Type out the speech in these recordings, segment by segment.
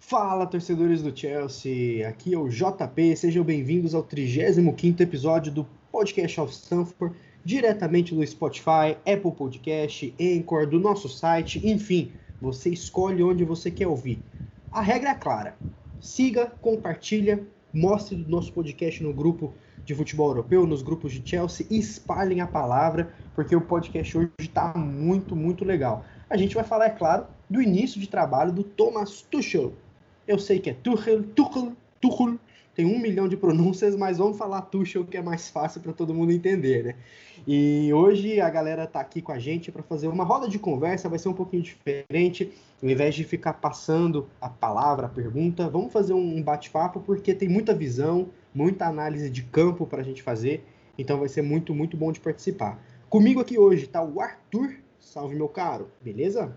Fala, torcedores do Chelsea, aqui é o JP, sejam bem-vindos ao 35º episódio do Podcast of Stamford, diretamente do Spotify, Apple Podcast, Anchor, do nosso site, enfim, você escolhe onde você quer ouvir. A regra é clara, siga, compartilha, mostre o nosso podcast no grupo de futebol europeu, nos grupos de Chelsea, e espalhem a palavra, porque o podcast hoje está muito legal. A gente vai falar, é claro, do início de trabalho do Thomas Tuchel. Eu sei que é Tuchel, tem 1 milhão de pronúncias, mas vamos falar Tuchel, que é mais fácil para todo mundo entender, né? E hoje a galera tá aqui com a gente para fazer uma roda de conversa, vai ser um pouquinho diferente. Ao invés de ficar passando a palavra, a pergunta, vamos fazer um bate-papo, porque tem muita visão, muita análise de campo para a gente fazer, então vai ser muito bom de participar. Comigo aqui hoje tá o Arthur. Salve, meu caro, beleza?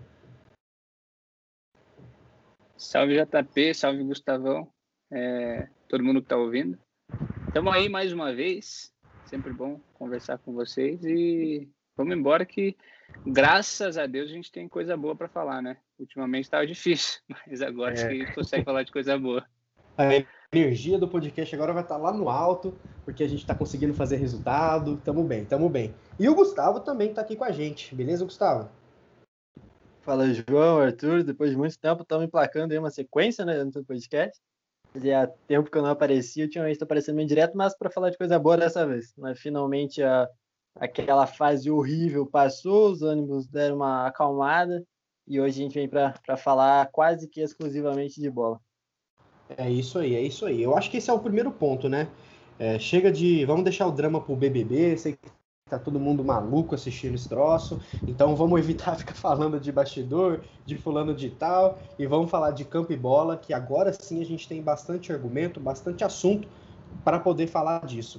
Salve JP, salve Gustavão, todo mundo que está ouvindo. Estamos aí mais uma vez, sempre bom conversar com vocês e vamos embora que, graças a Deus, a gente tem coisa boa para falar, né? Ultimamente estava difícil, mas agora acho que a gente consegue falar de coisa boa. A energia do podcast agora vai estar lá no alto, porque a gente está conseguindo fazer resultado, tamo bem. E o Gustavo também está aqui com a gente, beleza, Gustavo? Fala, João, Arthur, depois de muito tempo estamos emplacando aí uma sequência, né, no podcast. Fazia tempo que eu não aparecia, ultimamente estou aparecendo meio direto, mas para falar de coisa boa dessa vez. Mas finalmente aquela fase horrível passou, os ânimos deram uma acalmada e hoje a gente vem para falar quase que exclusivamente de bola. É isso aí. Eu acho que esse é o primeiro ponto, né? Chega de... Vamos deixar o drama pro BBB, sei que tá todo mundo maluco assistindo esse troço, então vamos evitar ficar falando de bastidor, de fulano de tal, e vamos falar de campo e bola, que agora sim a gente tem bastante argumento, bastante assunto para poder falar disso.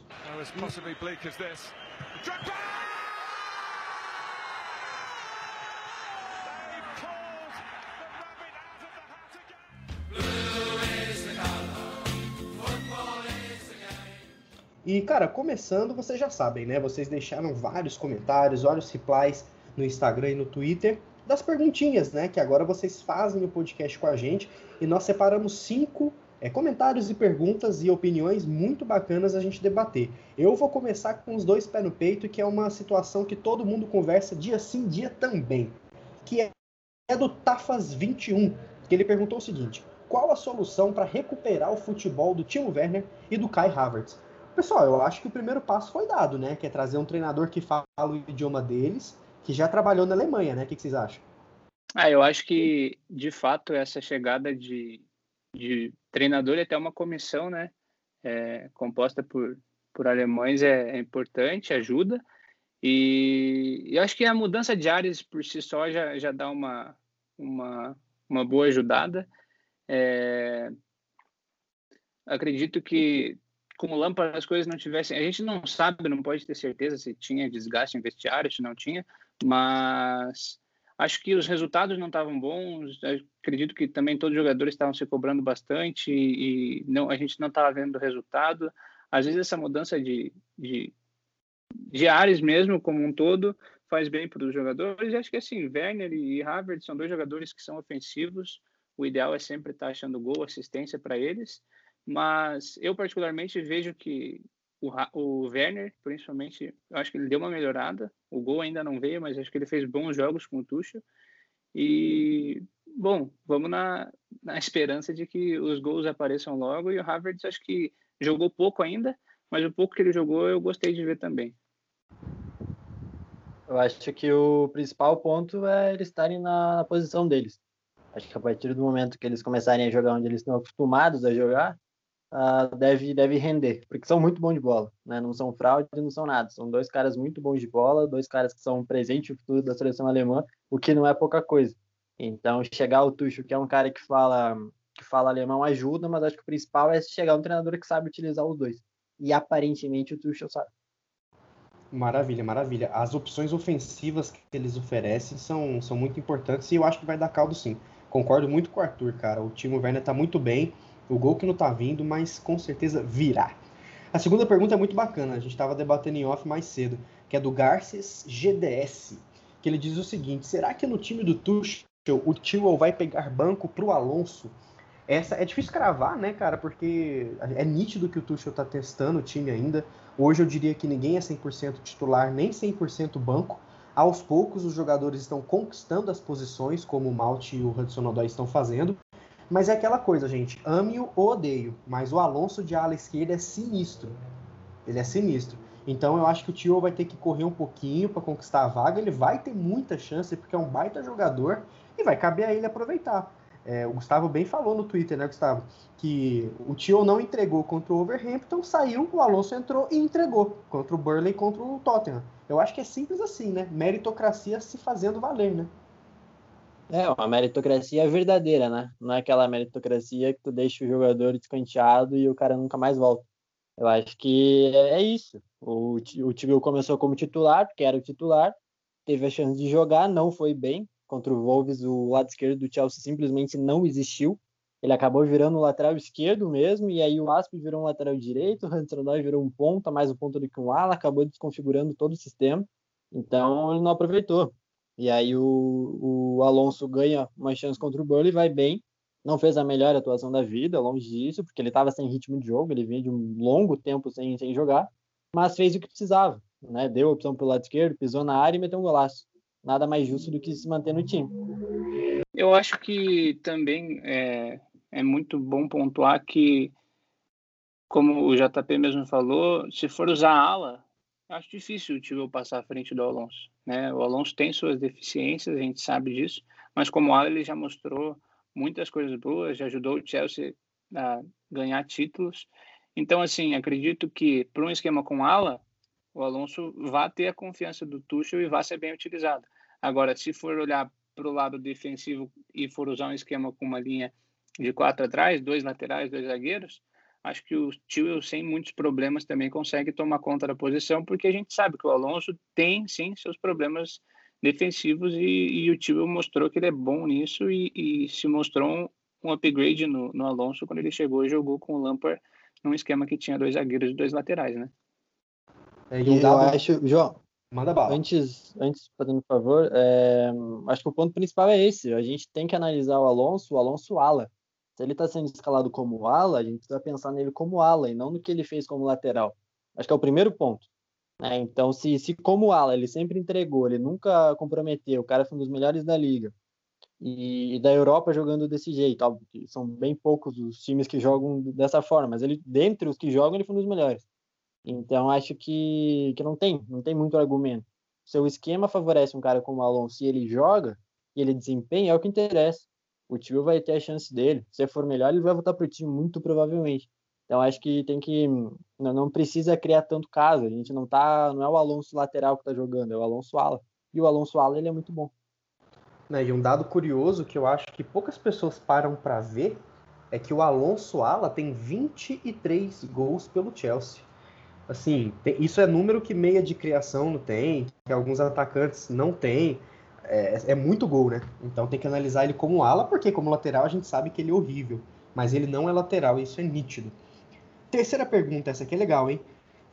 E, cara, começando, vocês já sabem, né? Vocês deixaram vários comentários, vários replies no Instagram e no Twitter das perguntinhas, né? Que agora vocês fazem o podcast com a gente e nós separamos 5 comentários e perguntas e opiniões muito bacanas a gente debater. Eu vou começar com os 2 pés no peito, que é uma situação que todo mundo conversa dia sim, dia também, que é do Tafas21, que ele perguntou o seguinte: qual a solução para recuperar o futebol do Timo Werner e do Kai Havertz? Pessoal, eu acho que o primeiro passo foi dado, né? Que é trazer um treinador que fala o idioma deles, que já trabalhou na Alemanha, né? O que vocês acham? Eu acho que, de fato, essa chegada de treinador e até uma comissão, né? Composta por alemães é importante, ajuda. E eu acho que a mudança de áreas por si só já dá uma boa ajudada. Acredito que com o Lampard as coisas não tivessem... A gente não sabe, não pode ter certeza se tinha desgaste em vestiário, se não tinha, mas acho que os resultados não estavam bons. Acredito que também todos os jogadores estavam se cobrando bastante e a gente não estava vendo o resultado. Às vezes essa mudança de áreas mesmo, como um todo, faz bem para os jogadores. E acho que assim, Werner e Havertz são 2 jogadores que são ofensivos. O ideal é sempre estar achando gol, assistência para eles. Mas eu particularmente vejo que o Werner, principalmente, eu acho que ele deu uma melhorada. O gol ainda não veio, mas acho que ele fez bons jogos com o Tuchel. E, bom, vamos na esperança de que os gols apareçam logo. E o Havertz acho que jogou pouco ainda, mas o pouco que ele jogou eu gostei de ver também. Eu acho que o principal ponto é eles estarem na posição deles. Acho que a partir do momento que eles começarem a jogar onde eles estão acostumados a jogar, deve render, porque são muito bons de bola, né? Não são fraude, não são nada. São 2 caras muito bons de bola, 2 caras que são presente e futuro da seleção alemã, o que não é pouca coisa. Então, chegar ao Tuchel, que é um cara que fala alemão, ajuda, mas acho que o principal é chegar um treinador que sabe utilizar os 2. E aparentemente o Tuchel sabe. Maravilha. As opções ofensivas que eles oferecem são muito importantes e eu acho que vai dar caldo sim. Concordo muito com o Arthur, cara. O Timo Werner tá muito bem. O gol que não tá vindo, mas com certeza virá. A segunda pergunta é muito bacana. A gente estava debatendo em off mais cedo, que é do Garces GDS, que ele diz o seguinte: será que no time do Tuchel o Timo vai pegar banco pro Alonso? Essa é difícil cravar, né, cara, porque é nítido que o Tuchel tá testando o time ainda. Hoje eu diria que ninguém é 100% titular, nem 100% banco. Aos poucos os jogadores estão conquistando as posições, como o Malt e o Hudson-Odoi estão fazendo. Mas é aquela coisa, gente, ame-o ou odeio, mas o Alonso de ala esquerda é sinistro. Ele é sinistro. Então eu acho que o Tio vai ter que correr um pouquinho para conquistar a vaga. Ele vai ter muita chance, porque é um baita jogador, e vai caber a ele aproveitar. O Gustavo bem falou no Twitter, né, Gustavo? Que o Tio não entregou contra o Wolverhampton, saiu, o Alonso entrou e entregou contra o Burnley e contra o Tottenham. Eu acho que é simples assim, né? Meritocracia se fazendo valer, né? É uma meritocracia verdadeira, né? Não é aquela meritocracia que tu deixa o jogador escanteado e o cara nunca mais volta. Eu acho que é isso. O Tio começou como titular, porque era o titular, teve a chance de jogar, não foi bem. Contra o Wolves, o lado esquerdo do Chelsea simplesmente não existiu. Ele acabou virando o lateral esquerdo mesmo, e aí o Asp virou um lateral direito, o Hudson-Odoi virou um ponta, mais um ponta do que um ala, acabou desconfigurando todo o sistema. Então ele não aproveitou. E aí o Alonso ganha uma chance contra o Burnley, vai bem, não fez a melhor atuação da vida, longe disso, porque ele estava sem ritmo de jogo, ele vinha de um longo tempo sem jogar, mas fez o que precisava, né? Deu a opção pelo lado esquerdo, pisou na área e meteu um golaço. Nada mais justo do que se manter no time. Eu acho que também é muito bom pontuar que, como o JP mesmo falou, se for usar a ala, acho difícil o Tio passar à frente do Alonso, né? O Alonso tem suas deficiências, a gente sabe disso, mas como ala ele já mostrou muitas coisas boas, já ajudou o Chelsea a ganhar títulos. Então, assim, acredito que para um esquema com ala, o Alonso vai ter a confiança do Tuchel e vai ser bem utilizado. Agora, se for olhar para o lado defensivo e for usar um esquema com uma linha de 4 atrás, 2 laterais, 2 zagueiros, acho que o Tio, sem muitos problemas, também consegue tomar conta da posição, porque a gente sabe que o Alonso tem, sim, seus problemas defensivos e o Tio mostrou que ele é bom nisso e se mostrou um upgrade no Alonso quando ele chegou e jogou com o Lampard num esquema que tinha 2 zagueiros e 2 laterais, né? E um Eu dado... acho, João, Manda bala. antes fazendo um favor, acho que o ponto principal é esse. A gente tem que analisar o Alonso ala. Se ele está sendo escalado como ala, a gente precisa pensar nele como ala e não no que ele fez como lateral. Acho que é o primeiro ponto. Né? Então, se como ala ele sempre entregou, ele nunca comprometeu, o cara foi um dos melhores da liga e da Europa jogando desse jeito, óbvio que são bem poucos os times que jogam dessa forma, mas ele, dentre os que jogam, ele foi um dos melhores. Então, acho que não tem muito argumento. Seu esquema favorece um cara como o Alonso, se ele joga e ele desempenha, é o que interessa. O time vai ter a chance dele. Se for melhor, ele vai voltar para o time, muito provavelmente. Então, acho que tem que. Não precisa criar tanto caso. A gente não é o Alonso lateral que está jogando, é o Alonso ala. E o Alonso ala, ele é muito bom. Né, e um dado curioso que eu acho que poucas pessoas param para ver é que o Alonso Ala tem 23 gols pelo Chelsea. Assim, isso é número que meia de criação não tem, que alguns atacantes não têm. É muito gol, né? Então tem que analisar ele como ala, porque como lateral a gente sabe que ele é horrível. Mas ele não é lateral, isso é nítido. Terceira pergunta, essa aqui é legal, hein?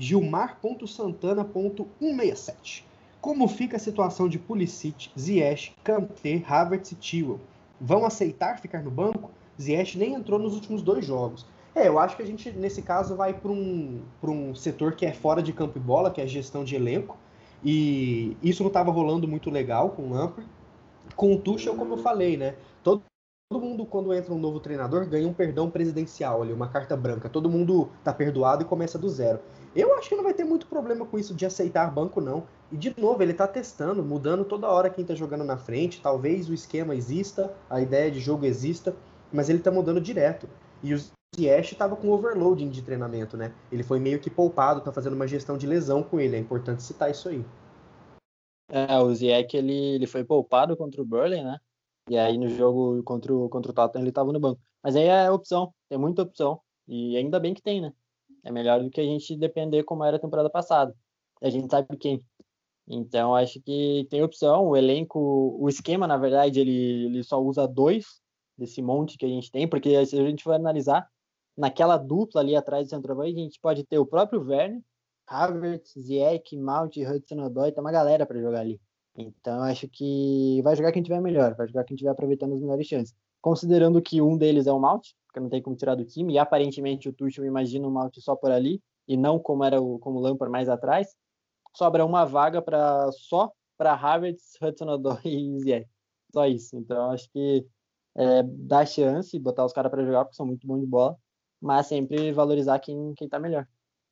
Gilmar.santana.167. Como fica a situação de Pulisic, Ziyech, Kanté, Havertz e Chilwell? Vão aceitar ficar no banco? Ziyech nem entrou nos últimos 2 jogos. Eu acho que a gente, nesse caso, vai para um setor que é fora de campo e bola, que é a gestão de elenco. E isso não estava rolando muito legal com o Lampard. Com o Tuchel, como eu falei, né? Todo mundo, quando entra um novo treinador, ganha um perdão presidencial ali, uma carta branca. Todo mundo tá perdoado e começa do zero. Eu acho que não vai ter muito problema com isso de aceitar banco, não. E, de novo, ele tá testando, mudando toda hora quem tá jogando na frente. Talvez o esquema exista, a ideia de jogo exista, mas ele tá mudando direto. E o Ziyech tava com overloading de treinamento, né? Ele foi meio que poupado, tá fazendo uma gestão de lesão com ele. É importante citar isso aí. O Ziyech, ele foi poupado contra o Burnley, né? E aí no jogo contra o Tottenham ele estava no banco. Mas aí é opção, tem muita opção. E ainda bem que tem, né? É melhor do que a gente depender como era a temporada passada. A gente sabe quem. Então acho que tem opção. O elenco, o esquema, na verdade, ele só usa 2 desse monte que a gente tem, porque se a gente for analisar, naquela dupla ali atrás do centroavante, a gente pode ter o próprio Werner, Havertz, Ziyech, Mount, Hudson-Odoi, tem uma galera para jogar ali. Então, acho que vai jogar quem tiver melhor, vai jogar quem tiver aproveitando as melhores chances. considerando que um deles é o Mount, porque não tem como tirar do time, e aparentemente o Tuchel imagina o Mount só por ali, e não como o Lampard mais atrás, sobra uma vaga só para Havertz, Hudson-Odoi e Ziyech. Só isso. Então, acho que dá chance, botar os caras para jogar, porque são muito bons de bola, mas sempre valorizar quem tá melhor.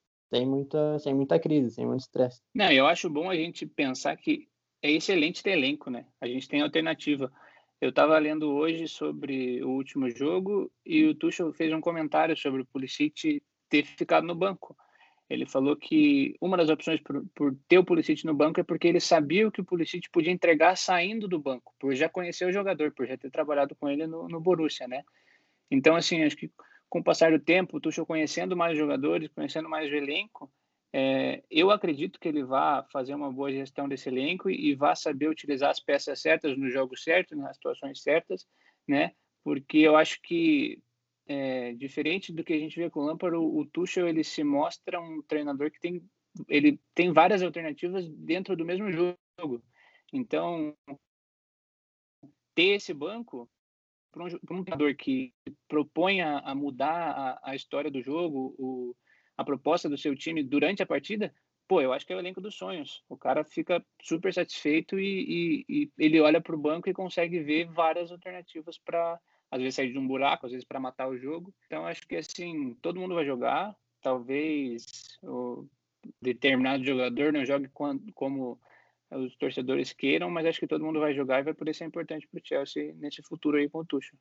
Sem muita crise, sem muito estresse. Não, eu acho bom a gente pensar que é excelente ter elenco, né? A gente tem alternativa. Eu estava lendo hoje sobre o último jogo e o Tuchel fez um comentário sobre o Pulisic ter ficado no banco. Ele falou que uma das opções por ter o Pulisic no banco é porque ele sabia o que o Pulisic podia entregar saindo do banco, por já conhecer o jogador, por já ter trabalhado com ele no Borussia, né? Então, assim, acho que com o passar do tempo, o Tuchel conhecendo mais jogadores, conhecendo mais o elenco, eu acredito que ele vá fazer uma boa gestão desse elenco e vá saber utilizar as peças certas nos jogos certos, nas situações certas, né? Porque eu acho que, diferente do que a gente vê com o Lampard, o Tuchel ele se mostra um treinador que ele tem várias alternativas dentro do mesmo jogo. Então, ter esse banco para um treinador que propõe a mudar a história do jogo, a proposta do seu time durante a partida, pô, eu acho que é o elenco dos sonhos. O cara fica super satisfeito e ele olha para o banco e consegue ver várias alternativas para, às vezes, sair de um buraco, às vezes para matar o jogo. Então, acho que, assim, todo mundo vai jogar. Talvez o determinado jogador não jogue como os torcedores queiram, mas acho que todo mundo vai jogar e vai poder ser importante para o Chelsea nesse futuro aí com o Tuchel.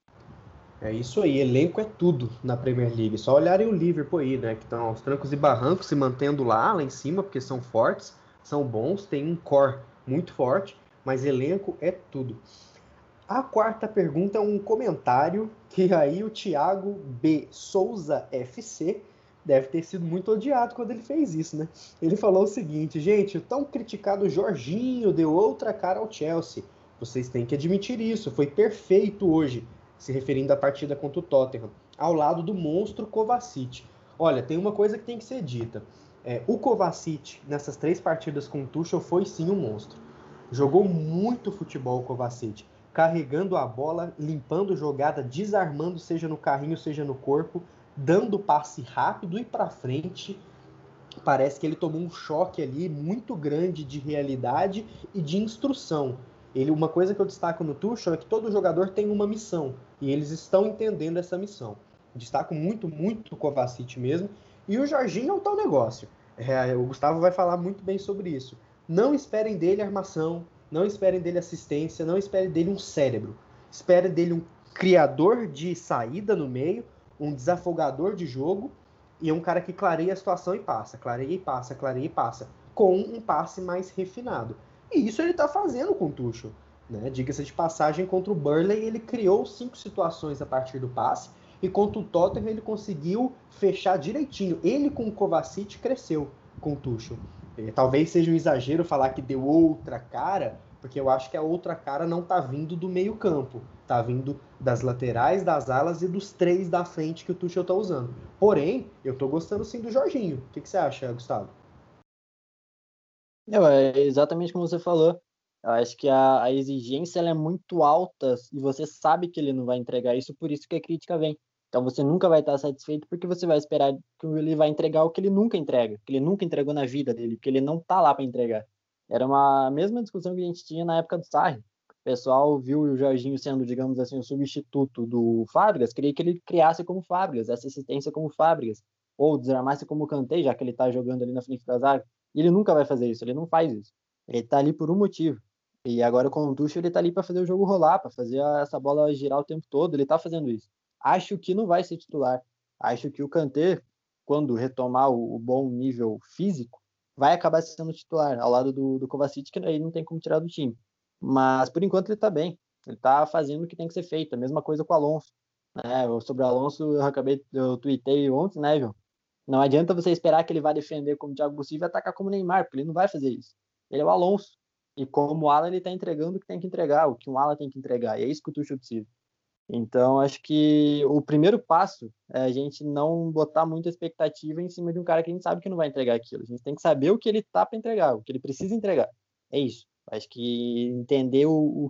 É isso aí, elenco é tudo na Premier League. Só olharem o Liverpool aí, né? Que estão aos trancos e barrancos se mantendo lá em cima, porque são fortes, são bons, tem um core muito forte, mas elenco é tudo. A quarta pergunta é um comentário que aí o Thiago B. Souza FC deve ter sido muito odiado quando ele fez isso, né? Ele falou o seguinte: gente, o tão criticado Jorginho deu outra cara ao Chelsea. Vocês têm que admitir isso, foi perfeito hoje, se referindo à partida contra o Tottenham, ao lado do monstro Kovacic. Olha, tem uma coisa que tem que ser dita. O Kovacic, nessas 3 partidas com o Tuchel, foi sim um monstro. Jogou muito futebol o Kovacic, carregando a bola, limpando jogada, desarmando, seja no carrinho, seja no corpo, dando passe rápido e para frente. Parece que ele tomou um choque ali muito grande de realidade e de instrução. Uma coisa que eu destaco no Tuchel é que todo jogador tem uma missão e eles estão entendendo essa missão. Destaco muito, muito o Kovacic mesmo. E o Jorginho é um tal negócio. O Gustavo vai falar muito bem sobre isso. Não esperem dele armação, não esperem dele assistência, não esperem dele um cérebro. Esperem dele um criador de saída no meio, um desafogador de jogo e é um cara que clareia a situação e passa, clareia e passa, clareia e passa, com um passe mais refinado. E isso ele está fazendo com o Tuchel. Né? Diga-se de passagem, contra o Burnley ele criou 5 situações a partir do passe, e contra o Tottenham ele conseguiu fechar direitinho. Ele com o Kovacic cresceu com o Tuchel. Talvez seja um exagero falar que deu outra cara, porque eu acho que a outra cara não está vindo do meio campo, está vindo das laterais, das alas e dos 3 da frente que o Tuchel está usando. Porém, eu estou gostando sim do Jorginho. O que você acha, Gustavo? É exatamente como você falou. Eu acho que a exigência ela é muito alta e você sabe que ele não vai entregar isso, por isso que a crítica vem. Então você nunca vai estar satisfeito porque você vai esperar que ele vai entregar o que ele nunca entrega, que ele nunca entregou na vida dele, que ele não tá lá para entregar. Era a mesma discussão que a gente tinha na época do Sarri. O pessoal viu o Jorginho sendo, digamos assim, o substituto do Fábricas, queria que ele criasse como Fábricas, essa assistência como Fábricas, ou desarmasse como Kanté, já que ele tá jogando ali na frente da zaga. E ele nunca vai fazer isso, ele não faz isso. Ele tá ali por um motivo. E agora com o Tuchel ele tá ali para fazer o jogo rolar, para fazer essa bola girar o tempo todo, ele tá fazendo isso. Acho que não vai ser titular. Acho que o Kanté, quando retomar o bom nível físico, vai acabar sendo titular, ao lado do Kovacic, que aí não tem como tirar do time. Mas, por enquanto, ele tá bem. Ele tá fazendo o que tem que ser feito. A mesma coisa com o Alonso. Né? Sobre o Alonso, eu tuitei ontem, né, João? Não adianta você esperar que ele vá defender como o Thiago Silva e atacar como o Neymar, porque ele não vai fazer isso. Ele é o Alonso. E como ala, ele está entregando o que tem que entregar, o que um ala tem que entregar. E é isso que o Tuchel precisa. Então, acho que o primeiro passo é a gente não botar muita expectativa em cima de um cara que a gente sabe que não vai entregar aquilo. A gente tem que saber o que ele tá para entregar, o que ele precisa entregar. É isso. Acho que entender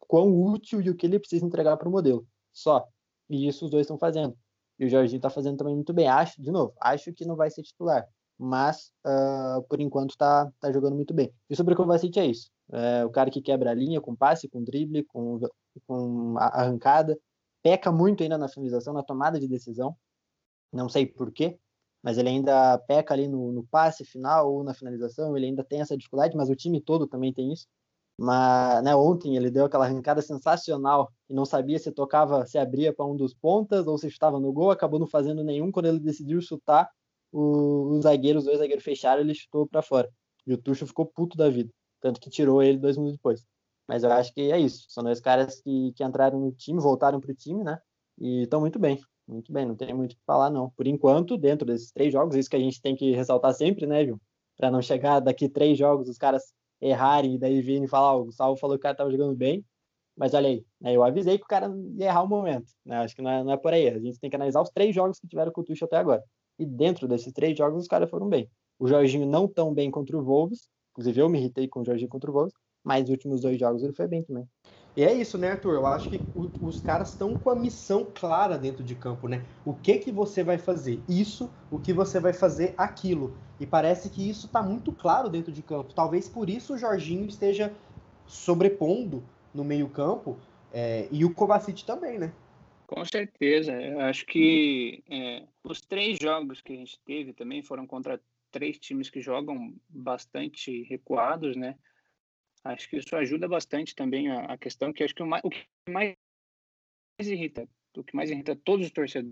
quão útil e o que ele precisa entregar para o modelo. Só. E isso os dois estão fazendo. E o Jorginho está fazendo também muito bem. Acho que não vai ser titular, mas por enquanto tá jogando muito bem. E sobre o Kovacic é isso. O cara que quebra a linha com passe, com drible, com arrancada, peca muito ainda na finalização, na tomada de decisão. Não sei por quê, mas ele ainda peca ali no passe final ou na finalização, ele ainda tem essa dificuldade, mas o time todo também tem isso. Mas, né, ontem ele deu aquela arrancada sensacional e não sabia se abria para um dos pontas ou se estava no gol, acabou não fazendo nenhum. Quando ele decidiu chutar, os dois zagueiros fecharam, ele chutou para fora. E o Tuchel ficou puto da vida, tanto que tirou ele 2 minutos depois. Mas eu acho que é isso, são dois caras que entraram no time, voltaram pro time, né, e estão muito bem, não tem muito o que falar não. Por enquanto, dentro desses 3 jogos, isso que a gente tem que ressaltar sempre, né, Gil? Para não chegar daqui 3 jogos os caras errarem e daí virem falar, o Gustavo falou que o cara tava jogando bem, mas olha aí, né, eu avisei que o cara ia errar o momento, né, acho que não é por aí, a gente tem que analisar os 3 jogos que tiveram com o Tuchel até agora, e dentro desses 3 jogos os caras foram bem. O Jorginho não tão bem contra o Wolves, inclusive eu me irritei com o Jorginho contra o Wolves, mas os últimos 2 jogos ele foi bem também. E é isso, né, Arthur? Eu acho que os caras estão com a missão clara dentro de campo, né? O que você vai fazer? Isso, o que você vai fazer aquilo. E parece que isso está muito claro dentro de campo. Talvez por isso o Jorginho esteja sobrepondo no meio-campo e o Kovacic também, né? Com certeza. Eu acho que os 3 jogos que a gente teve também foram contra 3 times que jogam bastante recuados, né? Acho que isso ajuda bastante também a questão que acho que o que mais irrita todos os torcedores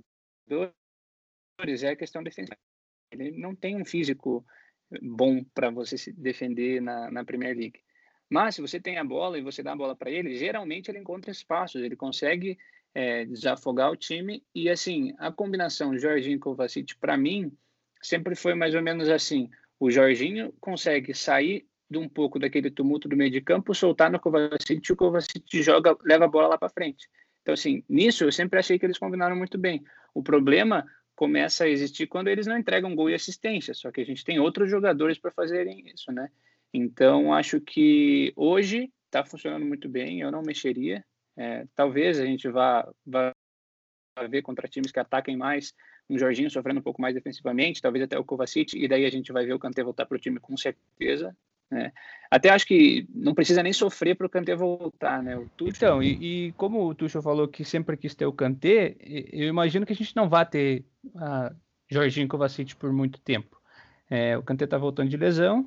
é a questão defensiva. Ele não tem um físico bom para você se defender na Premier League. Mas se você tem a bola e você dá a bola para ele, geralmente ele encontra espaços, ele consegue desafogar o time. E assim, a combinação Jorginho e Kovacic, para mim, sempre foi mais ou menos assim. O Jorginho consegue sair de um pouco daquele tumulto do meio de campo, soltar no Kovacic, e o Kovacic leva a bola lá para frente. Então, assim, nisso eu sempre achei que eles combinaram muito bem. O problema começa a existir quando eles não entregam gol e assistência, só que a gente tem outros jogadores para fazerem isso, né? Então, acho que hoje está funcionando muito bem, eu não mexeria. Talvez a gente vá ver contra times que ataquem mais, um Jorginho sofrendo um pouco mais defensivamente, talvez até o Kovacic, e daí a gente vai ver o Kanté voltar para o time com certeza. Até acho que não precisa nem sofrer para o Kanté voltar, né? Então, e como o Tuchel falou que sempre quis ter o Kanté, eu imagino que a gente não vai ter Jorginho e Kovacic por muito tempo. O Kanté está voltando de lesão,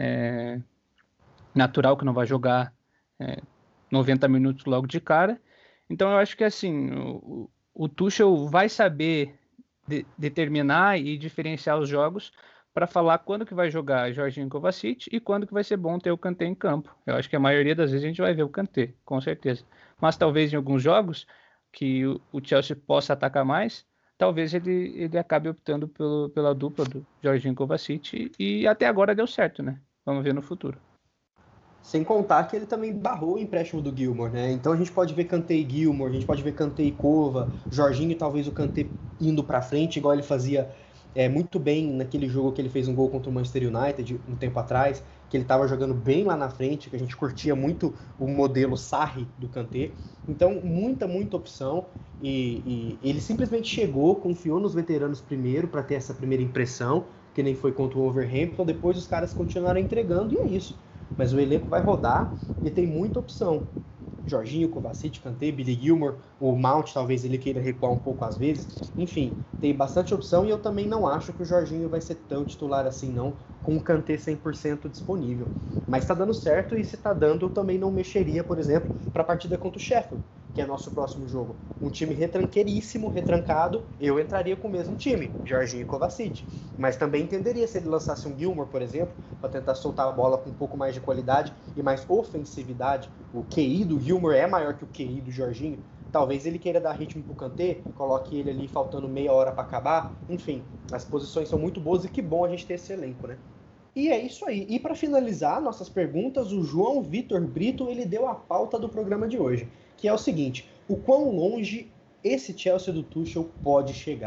natural que não vai jogar 90 minutos logo de cara. Então eu acho que assim, o Tuchel vai saber determinar e diferenciar os jogos para falar quando que vai jogar Jorginho Kovacic e quando que vai ser bom ter o Kanté em campo. Eu acho que a maioria das vezes a gente vai ver o Kanté, com certeza. Mas talvez em alguns jogos que o Chelsea possa atacar mais, talvez ele acabe optando pela dupla do Jorginho Kovacic e até agora deu certo, né? Vamos ver no futuro. Sem contar que ele também barrou o empréstimo do Gilmour, né? Então a gente pode ver Kanté e Gilmour, a gente pode ver Kanté e Kova, Jorginho e talvez o Kanté indo para frente, igual ele fazia muito bem naquele jogo que ele fez um gol contra o Manchester United um tempo atrás, que ele estava jogando bem lá na frente, que a gente curtia muito o modelo Sarri do Kanté. Então, muita opção. E ele simplesmente chegou, confiou nos veteranos primeiro para ter essa primeira impressão, que nem foi contra o Wolverhampton. Depois os caras continuaram entregando e é isso. Mas o elenco vai rodar e tem muita opção. Jorginho, Kovacic, Kanté, Billy Gilmour, o Mount talvez ele queira recuar um pouco às vezes. Enfim, tem bastante opção e eu também não acho que o Jorginho vai ser tão titular assim não, com o Kanté 100% disponível. Mas está dando certo e se está dando eu também não mexeria, por exemplo, para a partida contra o Sheffield, que é nosso próximo jogo. Um time retranqueiríssimo, retrancado, eu entraria com o mesmo time, Jorginho e Kovacic. Mas também entenderia se ele lançasse um Gilmour, por exemplo, para tentar soltar a bola com um pouco mais de qualidade e mais ofensividade. O QI do Gilmour é maior que o QI do Jorginho. Talvez ele queira dar ritmo pro Kanté, coloque ele ali faltando meia hora para acabar. Enfim, as posições são muito boas e que bom a gente ter esse elenco, né? E é isso aí. E para finalizar nossas perguntas, o João Vitor Brito ele deu a pauta do programa de hoje, que é o seguinte: o quão longe esse Chelsea do Tuchel pode chegar?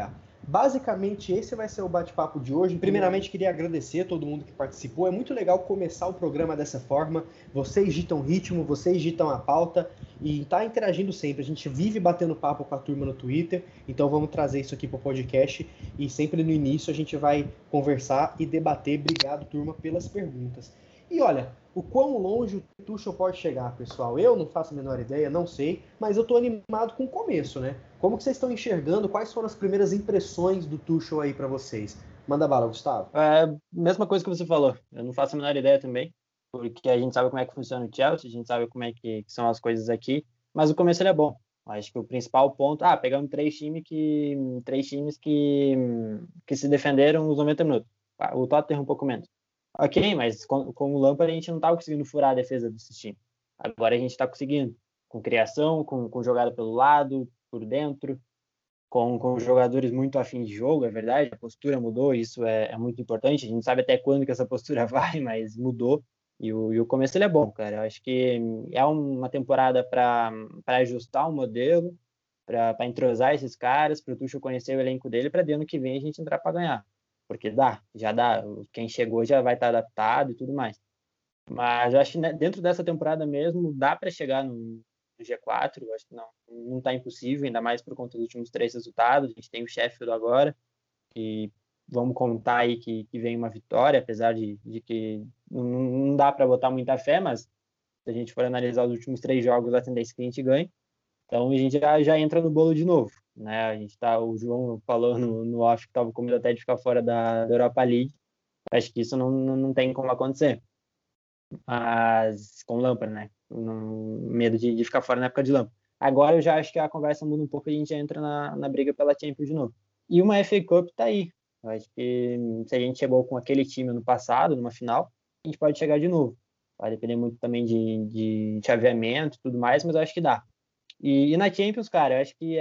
Basicamente, esse vai ser o bate-papo de hoje. Primeiramente, queria agradecer a todo mundo que participou. É muito legal começar o programa dessa forma. Vocês ditam ritmo, vocês ditam a pauta e tá interagindo sempre. A gente vive batendo papo com a turma no Twitter, então vamos trazer isso aqui para o podcast e sempre no início a gente vai conversar e debater. Obrigado, turma, pelas perguntas. E olha, o quão longe o Tuchel pode chegar, pessoal? Eu não faço a menor ideia, não sei, mas eu tô animado com o começo, né? Como que vocês estão enxergando? Quais foram as primeiras impressões do Tuchel aí para vocês? Manda bala, Gustavo. Mesma coisa que você falou. Eu não faço a menor ideia também, porque a gente sabe como é que funciona o Chelsea, a gente sabe como é que são as coisas aqui, mas o começo ele é bom. Acho que o principal ponto... pegamos três times que se defenderam os 90 minutos. O Tottenham um pouco menos. Ok, mas com o Lampard a gente não estava conseguindo furar a defesa desse time. Agora a gente está conseguindo, com criação, com jogada pelo lado, por dentro, com jogadores muito afim de jogo, é verdade, a postura mudou, isso é muito importante, a gente sabe até quando que essa postura vai, mas mudou, e o começo ele é bom, cara. Eu acho que é uma temporada para ajustar o modelo, para entrosar esses caras, para o Tuchel conhecer o elenco dele, para ano que vem a gente entrar para ganhar. Porque já dá, quem chegou já vai estar adaptado e tudo mais. Mas eu acho que, né, dentro dessa temporada mesmo, dá para chegar no G4, eu acho que não está impossível, ainda mais por conta dos últimos 3 resultados. A gente tem o Sheffield agora, e vamos contar aí que vem uma vitória, apesar de que não dá para botar muita fé, mas se a gente for analisar os últimos 3 jogos, a tendência é que a gente ganhe. Então a gente já entra no bolo de novo, né? O João falou no off que estava com medo até de ficar fora da Europa League. Acho que isso não tem como acontecer. Mas com o Lampard, né? Medo de ficar fora na época de Lampard. Agora eu já acho que a conversa muda um pouco e a gente já entra na briga pela Champions de novo. E uma FA Cup tá aí. Eu acho que se a gente chegou com aquele time no passado, numa final, a gente pode chegar de novo. Vai depender muito também de chaveamento e tudo mais, mas eu acho que dá. E na Champions, cara, eu acho que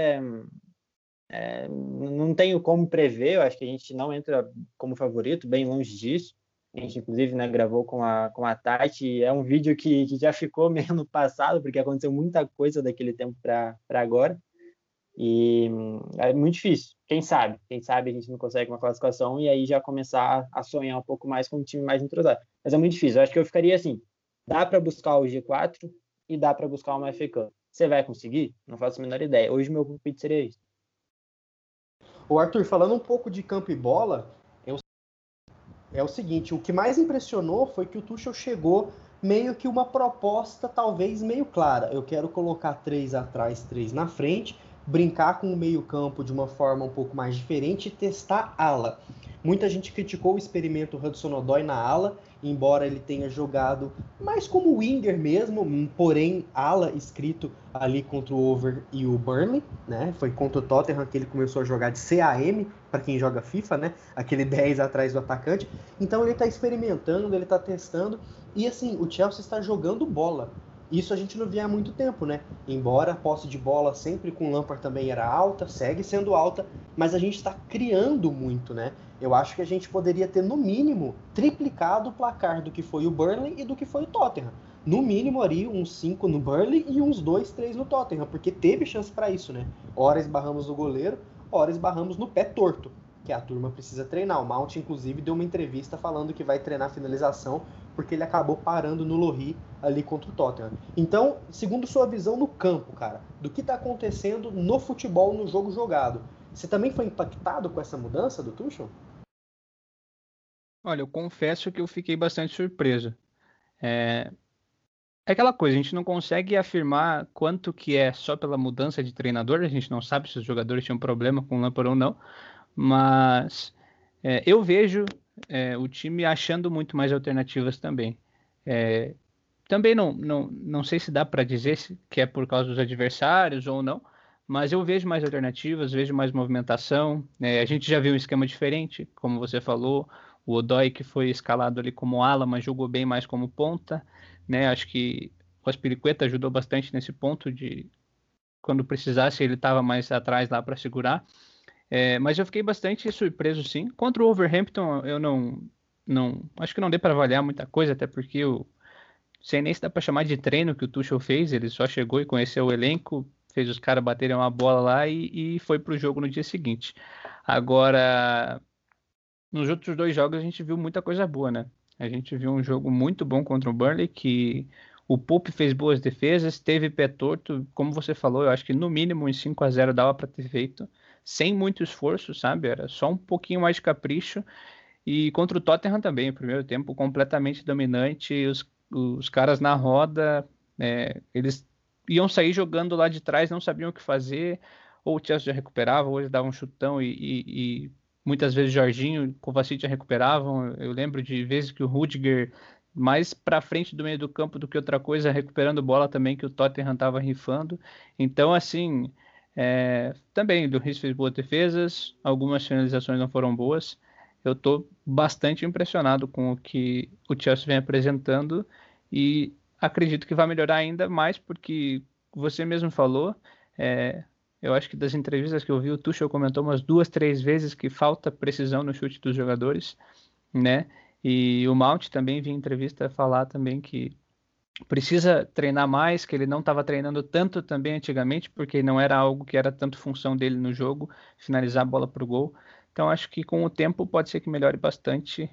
não tenho como prever, eu acho que a gente não entra como favorito, bem longe disso. A gente, inclusive, né, gravou com a Tati, é um vídeo que já ficou meio no passado, porque aconteceu muita coisa daquele tempo para agora, e é muito difícil. Quem sabe a gente não consegue uma classificação e aí já começar a sonhar um pouco mais com um time mais entrosado. Mas é muito difícil, eu acho que eu ficaria assim, dá para buscar o G4 e dá para buscar uma FA Cup. Você vai conseguir? Não faço a menor ideia. Hoje meu palpite seria isso. O Arthur, falando um pouco de campo e bola, é o seguinte, o que mais impressionou foi que o Tuchel chegou meio que uma proposta talvez meio clara. Eu quero colocar 3 atrás, 3 na frente, brincar com o meio-campo de uma forma um pouco mais diferente e testar ala. Muita gente criticou o experimento Hudson-Odoi na ala, embora ele tenha jogado mais como winger mesmo, porém ala escrito ali contra o Over e o Burnley, né? Foi contra o Tottenham que ele começou a jogar de CAM, para quem joga FIFA, né? Aquele 10 atrás do atacante. Então ele está experimentando, ele está testando, e assim, o Chelsea está jogando bola. Isso a gente não via há muito tempo, né? Embora a posse de bola sempre com o Lampard também era alta, segue sendo alta, mas a gente está criando muito, né? Eu acho que a gente poderia ter, no mínimo, triplicado o placar do que foi o Burnley e do que foi o Tottenham. No mínimo, ali, uns 5 no Burnley e uns 2, 3 no Tottenham, porque teve chance para isso, né? Ora esbarramos no goleiro, ora esbarramos no pé torto, que a turma precisa treinar. O Mount, inclusive, deu uma entrevista falando que vai treinar a finalização, porque ele acabou parando no Lohri ali contra o Tottenham. Então, segundo sua visão no campo, cara, do que está acontecendo no futebol, no jogo jogado, você também foi impactado com essa mudança do Tuchel? Olha, eu confesso que eu fiquei bastante surpreso. É aquela coisa, a gente não consegue afirmar quanto que é só pela mudança de treinador, a gente não sabe se os jogadores tinham problema com o Lampard ou não, mas eu vejo o time achando muito mais alternativas também. Também não sei se dá para dizer que é por causa dos adversários ou não, mas eu vejo mais alternativas, vejo mais movimentação. A gente já viu um esquema diferente, como você falou, o Odoi que foi escalado ali como ala, mas jogou bem mais como ponta, né? Acho que o Azpilicueta ajudou bastante nesse ponto de quando precisasse ele estava mais atrás lá para segurar. Mas eu fiquei bastante surpreso, sim. Contra o Wolverhampton, eu não acho que não dei para avaliar muita coisa, até porque sei nem se dá para chamar de treino que o Tuchel fez, ele só chegou e conheceu o elenco, fez os caras baterem uma bola lá e foi pro jogo no dia seguinte. Agora, nos outros 2 jogos a gente viu muita coisa boa, né? A gente viu um jogo muito bom contra o Burnley, que o Pope fez boas defesas, teve pé torto, como você falou, eu acho que no mínimo em 5-0 dava para ter feito, sem muito esforço, sabe? Era só um pouquinho mais de capricho. E contra o Tottenham também, o primeiro tempo completamente dominante, os caras na roda, eles iam sair jogando lá de trás, não sabiam o que fazer, ou o Chelsea já recuperava, ou eles davam um chutão e muitas vezes Jorginho e Kovacic já recuperavam. Eu lembro de vezes que o Rudiger mais para frente do meio do campo do que outra coisa, recuperando bola também, que o Tottenham estava rifando. Então, assim, também o Lloris fez boas defesas, algumas finalizações não foram boas. Eu estou bastante impressionado com o que o Chelsea vem apresentando e acredito que vai melhorar ainda mais, porque você mesmo falou, eu acho que das entrevistas que eu vi, o Tuchel comentou umas 2, 3 vezes que falta precisão no chute dos jogadores, né? E o Mount também vi em entrevista falar também que precisa treinar mais, que ele não estava treinando tanto também antigamente, porque não era algo que era tanto função dele no jogo, finalizar a bola para o gol. Então acho que com o tempo pode ser que melhore bastante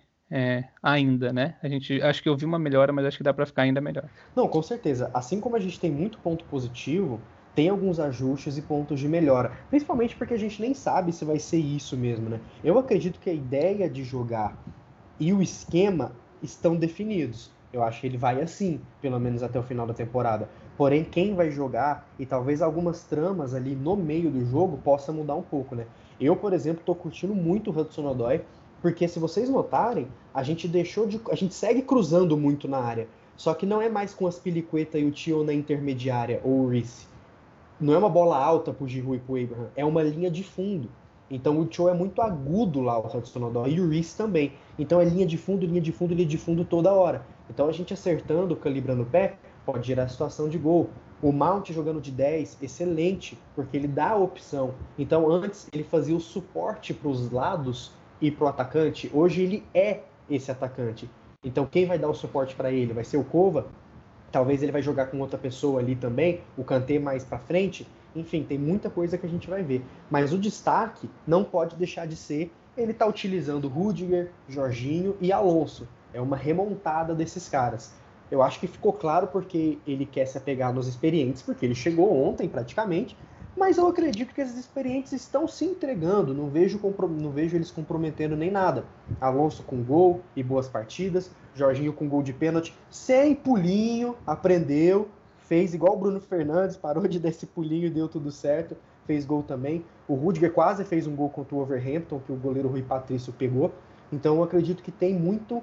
ainda, né? Acho que eu vi uma melhora, mas acho que dá para ficar ainda melhor. Não, com certeza. Assim como a gente tem muito ponto positivo, tem alguns ajustes e pontos de melhora. Principalmente porque a gente nem sabe se vai ser isso mesmo, né? Eu acredito que a ideia de jogar e o esquema estão definidos. Eu acho que ele vai assim, pelo menos até o final da temporada. Porém, quem vai jogar e talvez algumas tramas ali no meio do jogo possa mudar um pouco, né? Eu, por exemplo, estou curtindo muito o Hudson-Odoi, porque se vocês notarem, a gente segue cruzando muito na área. Só que não é mais com as Piliqueta e o Tio na intermediária, ou o Reece. Não é uma bola alta pro Giroud e pro Abraham, é uma linha de fundo. Então o Tio é muito agudo lá, o Hudson-Odoi, e o Reece também. Então é linha de fundo, linha de fundo, linha de fundo toda hora. Então a gente acertando, calibrando o pé, pode gerar situação de gol. O Mount jogando de 10, excelente, porque ele dá a opção. Então antes ele fazia o suporte para os lados e para o atacante, hoje ele é esse atacante. Então quem vai dar o suporte para ele? Vai ser o Kova? Talvez ele vai jogar com outra pessoa ali também, o Kanté mais para frente. Enfim, tem muita coisa que a gente vai ver. Mas o destaque não pode deixar de ser ele tá utilizando Rudiger, Jorginho e Alonso. É uma remontada desses caras. Eu acho que ficou claro porque ele quer se apegar nos experientes, porque ele chegou ontem praticamente, mas eu acredito que esses experientes estão se entregando, não vejo eles comprometendo nem nada. Alonso com gol e boas partidas, Jorginho com gol de pênalti, sem pulinho, aprendeu, fez igual o Bruno Fernandes, parou de dar esse pulinho e deu tudo certo, fez gol também. O Rudiger quase fez um gol contra o Wolverhampton, que o goleiro Rui Patrício pegou. Então eu acredito que tem muito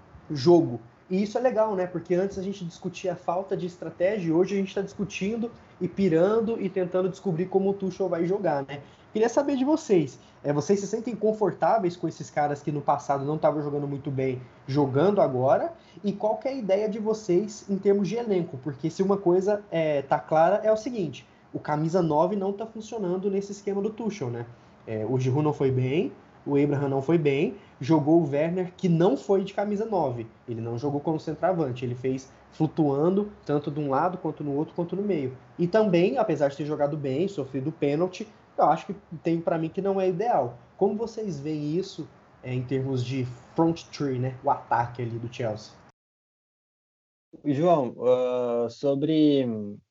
jogo. E isso é legal, né? Porque antes a gente discutia a falta de estratégia e hoje a gente está discutindo e pirando e tentando descobrir como o Tuchel vai jogar, né? Queria saber de vocês. Vocês se sentem confortáveis com esses caras que no passado não estavam jogando muito bem, jogando agora? E qual que é a ideia de vocês em termos de elenco? Porque se uma coisa tá clara é o seguinte, o camisa 9 não está funcionando nesse esquema do Tuchel, né? O Giroud não foi bem, o Abraham não foi bem, jogou o Werner, que não foi de camisa 9. Ele não jogou como centroavante, ele fez flutuando tanto de um lado, quanto no outro, quanto no meio. E também, apesar de ter jogado bem, sofrido pênalti, eu acho que tem para mim que não é ideal. Como vocês veem isso em termos de front three, né? O ataque ali do Chelsea? João, sobre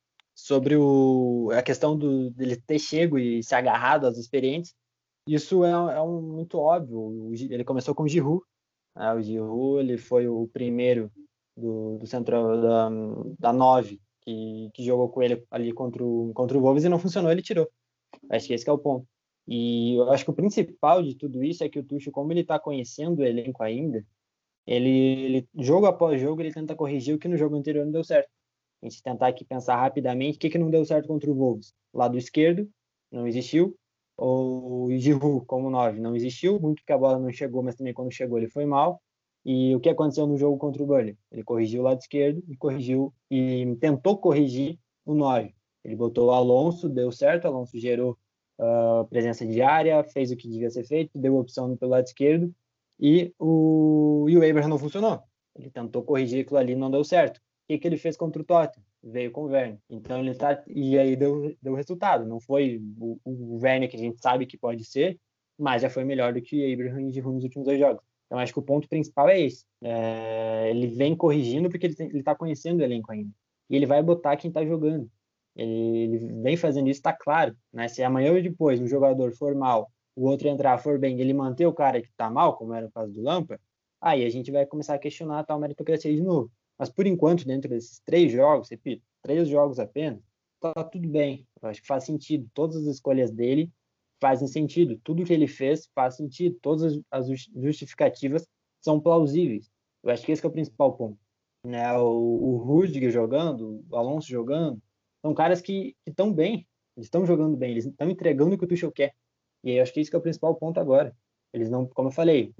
a questão dele ter chego e se agarrado às experientes, isso é muito óbvio. Ele começou com o Giroud. O Giroud ele foi o primeiro do central da 9 que jogou com ele ali contra o Wolves e não funcionou, ele tirou. Acho que esse que é o ponto. E eu acho que o principal de tudo isso é que o Tuchel, como ele está conhecendo o elenco ainda, ele jogo após jogo, ele tenta corrigir o que no jogo anterior não deu certo. A gente tentar aqui pensar rapidamente o que não deu certo contra o Wolves. Lado esquerdo, não existiu. O Giroud como 9 não existiu, muito porque a bola não chegou, mas também quando chegou ele foi mal. E o que aconteceu no jogo contra o Burnley? Ele corrigiu o lado esquerdo e tentou corrigir o 9. Ele botou o Alonso, deu certo, o Alonso gerou presença de área, fez o que devia ser feito, deu opção pelo lado esquerdo e o Abraham não funcionou. Ele tentou corrigir aquilo ali, não deu certo. O que ele fez contra o Tottenham? veio com o Werner. Então ele tá. E aí deu resultado. Não foi o Werner que a gente sabe que pode ser, mas já foi melhor do que Abraham e Giroud nos últimos 2 jogos. Então acho que o ponto principal é esse. Ele vem corrigindo porque ele tá conhecendo o elenco ainda. E ele vai botar quem tá jogando. Ele vem fazendo isso, tá claro. Né? Se amanhã ou depois um jogador for mal, o outro entrar, for bem, ele manter o cara que tá mal, como era o caso do Lampard, aí a gente vai começar a questionar a tal meritocracia de novo. Mas por enquanto, dentro desses 3 jogos, repito, 3 jogos apenas, tá tudo bem. Eu acho que faz sentido. Todas as escolhas dele fazem sentido. Tudo que ele fez faz sentido. Todas as justificativas são plausíveis. Eu acho que esse que é o principal ponto. Né? O Rudiger jogando, o Alonso jogando, são caras que estão bem. Eles estão jogando bem. Eles estão entregando o que o Tuchel quer. E aí eu acho que esse que é o principal ponto agora. Eles não, como eu falei,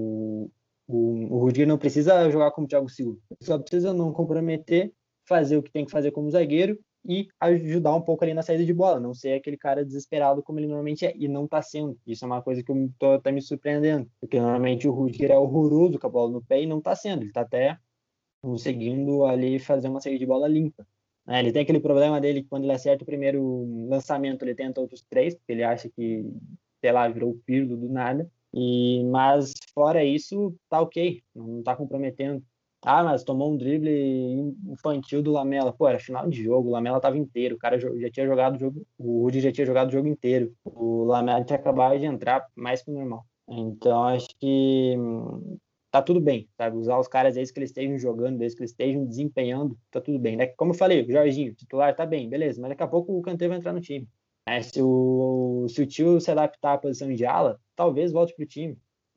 o Rudiger não precisa jogar como o Thiago Silva, só precisa não comprometer, fazer o que tem que fazer como zagueiro e ajudar um pouco ali na saída de bola, não ser aquele cara desesperado como ele normalmente é, e não está sendo. Isso é uma coisa que eu tô até me surpreendendo, porque normalmente o Rudiger é horroroso com a bola no pé e não está sendo, ele está até conseguindo ali fazer uma saída de bola limpa. Ele tem aquele problema dele que quando ele acerta o primeiro lançamento, ele tenta outros 3, porque ele acha que, sei lá, virou o Pirlo do nada. Mas fora isso, tá ok, não tá comprometendo. Mas tomou um drible infantil do Lamela. Pô, era final de jogo, o Lamela tava inteiro, o cara já tinha jogado o jogo, o Rudy já tinha jogado o jogo inteiro. O Lamela tinha acabado de entrar mais que o normal. Então acho que tá tudo bem, sabe? Usar os caras desde que eles estejam jogando, desde que eles estejam desempenhando, tá tudo bem, né? Como eu falei, o Jorginho, titular, tá bem, beleza, mas daqui a pouco o Kanté vai entrar no time. Se o Tio se adaptar à posição de ala, talvez volte pro time.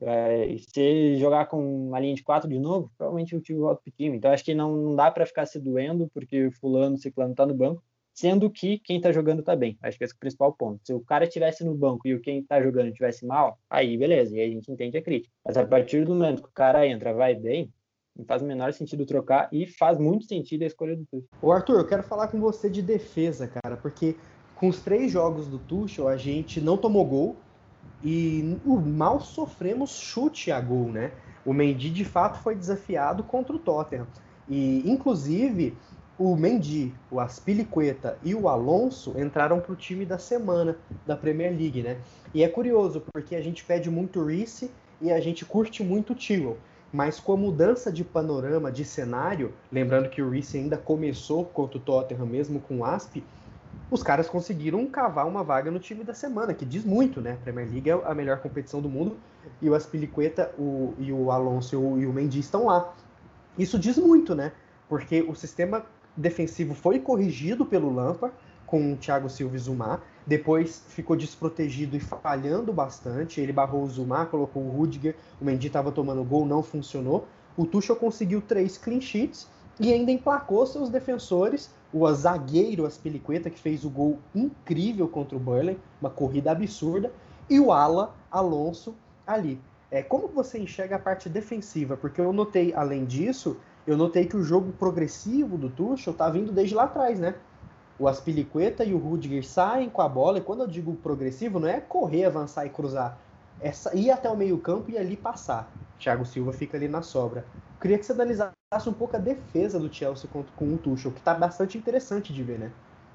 Se jogar com uma linha de 4 de novo, provavelmente o Tio volta pro time. Então acho que não dá para ficar se doendo porque fulano, ciclano tá no banco, sendo que quem tá jogando tá bem. Acho que esse é o principal ponto. Se o cara estivesse no banco e quem tá jogando estivesse mal, aí beleza, e aí a gente entende a crítica. Mas a partir do momento que o cara entra, vai bem, não faz o menor sentido trocar e faz muito sentido a escolha do Tuchel. Ô Arthur, eu quero falar com você de defesa, cara, porque com os 3 jogos do Tuchel a gente não tomou gol e mal sofremos chute a gol, né? O Mendy de fato foi desafiado contra o Tottenham e inclusive o Mendy, o Azpilicueta e o Alonso entraram para o time da semana da Premier League, né? E é curioso porque a gente pede muito Reece e a gente curte muito o Chilwell. Mas com a mudança de panorama, de cenário, lembrando que o Reece ainda começou contra o Tottenham mesmo com o Asp, os caras conseguiram cavar uma vaga no time da semana, que diz muito, né? A Premier League é a melhor competição do mundo e o Azpilicueta, e o Alonso e o Mendy estão lá. Isso diz muito, né? Porque o sistema defensivo foi corrigido pelo Lampard com o Thiago Silva e Zuma, depois ficou desprotegido e falhando bastante, ele barrou o Zuma, colocou o Rudiger, o Mendy estava tomando gol, não funcionou, o Tuchel conseguiu 3 clean sheets e ainda emplacou seus defensores, o zagueiro Azpilicueta, que fez o gol incrível contra o Burnley, uma corrida absurda, e o ala Alonso ali. Como você enxerga a parte defensiva? Porque eu notei, além disso, eu notei que o jogo progressivo do Tuchel tá vindo desde lá atrás, né? O Azpilicueta e o Rudiger saem com a bola, e quando eu digo progressivo, não é correr, avançar e cruzar, é ir até o meio campo e ali passar. Thiago Silva fica ali na sobra. Eu queria que você analisasse um pouco a defesa do Chelsea com o Tuchel, que tá bastante interessante de ver, né?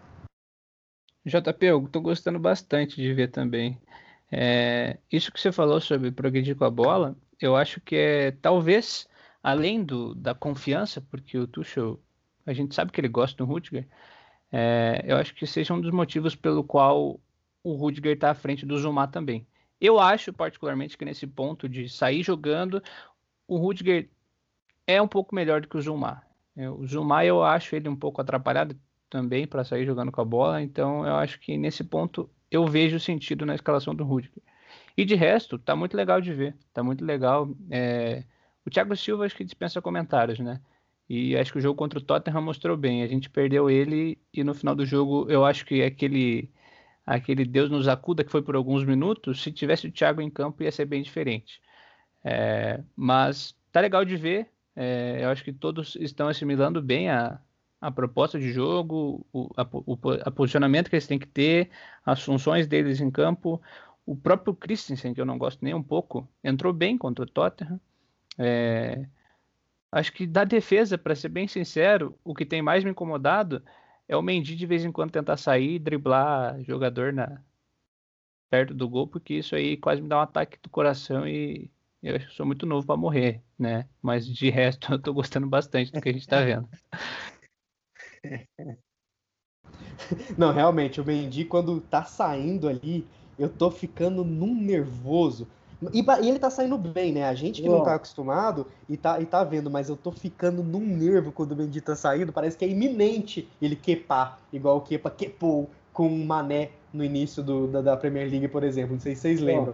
JP, eu tô gostando bastante de ver também. Isso que você falou sobre progredir com a bola, eu acho que talvez, além da confiança, porque o Tuchel, a gente sabe que ele gosta do Rudiger, eu acho que seja um dos motivos pelo qual o Rudiger está à frente do Zuma também. Eu acho, particularmente, que nesse ponto de sair jogando, o Rudiger é um pouco melhor do que o Zuma. O Zuma eu acho ele um pouco atrapalhado também para sair jogando com a bola, então eu acho que nesse ponto eu vejo sentido na escalação do Rudiger. E de resto, tá muito legal de ver, tá muito legal. O Thiago Silva acho que dispensa comentários, né? E acho que o jogo contra o Tottenham mostrou bem. A gente perdeu ele e no final do jogo eu acho que aquele Deus nos acuda que foi por alguns minutos, se tivesse o Thiago em campo ia ser bem diferente. Mas tá legal de ver. Eu acho que todos estão assimilando bem a proposta de jogo, o posicionamento que eles têm que ter, as funções deles em campo. O próprio Christensen, que eu não gosto nem um pouco, entrou bem contra o Tottenham. Acho que da defesa, para ser bem sincero, o que tem mais me incomodado é o Mendy de vez em quando tentar sair e driblar jogador perto do gol, porque isso aí quase me dá um ataque do coração e eu acho que sou muito novo para morrer, né? Mas de resto eu tô gostando bastante do que a gente tá vendo. Não, realmente, o Mendy, quando tá saindo ali, eu tô ficando num nervoso. E ele tá saindo bem, né? A gente que não tá Bom, acostumado e tá vendo, mas eu tô ficando num nervo quando o Mendy tá saindo. Parece que é iminente ele quepar, igual o Kepa quepou com o Mané no início da Premier League, por exemplo. Não sei se vocês bom, lembram.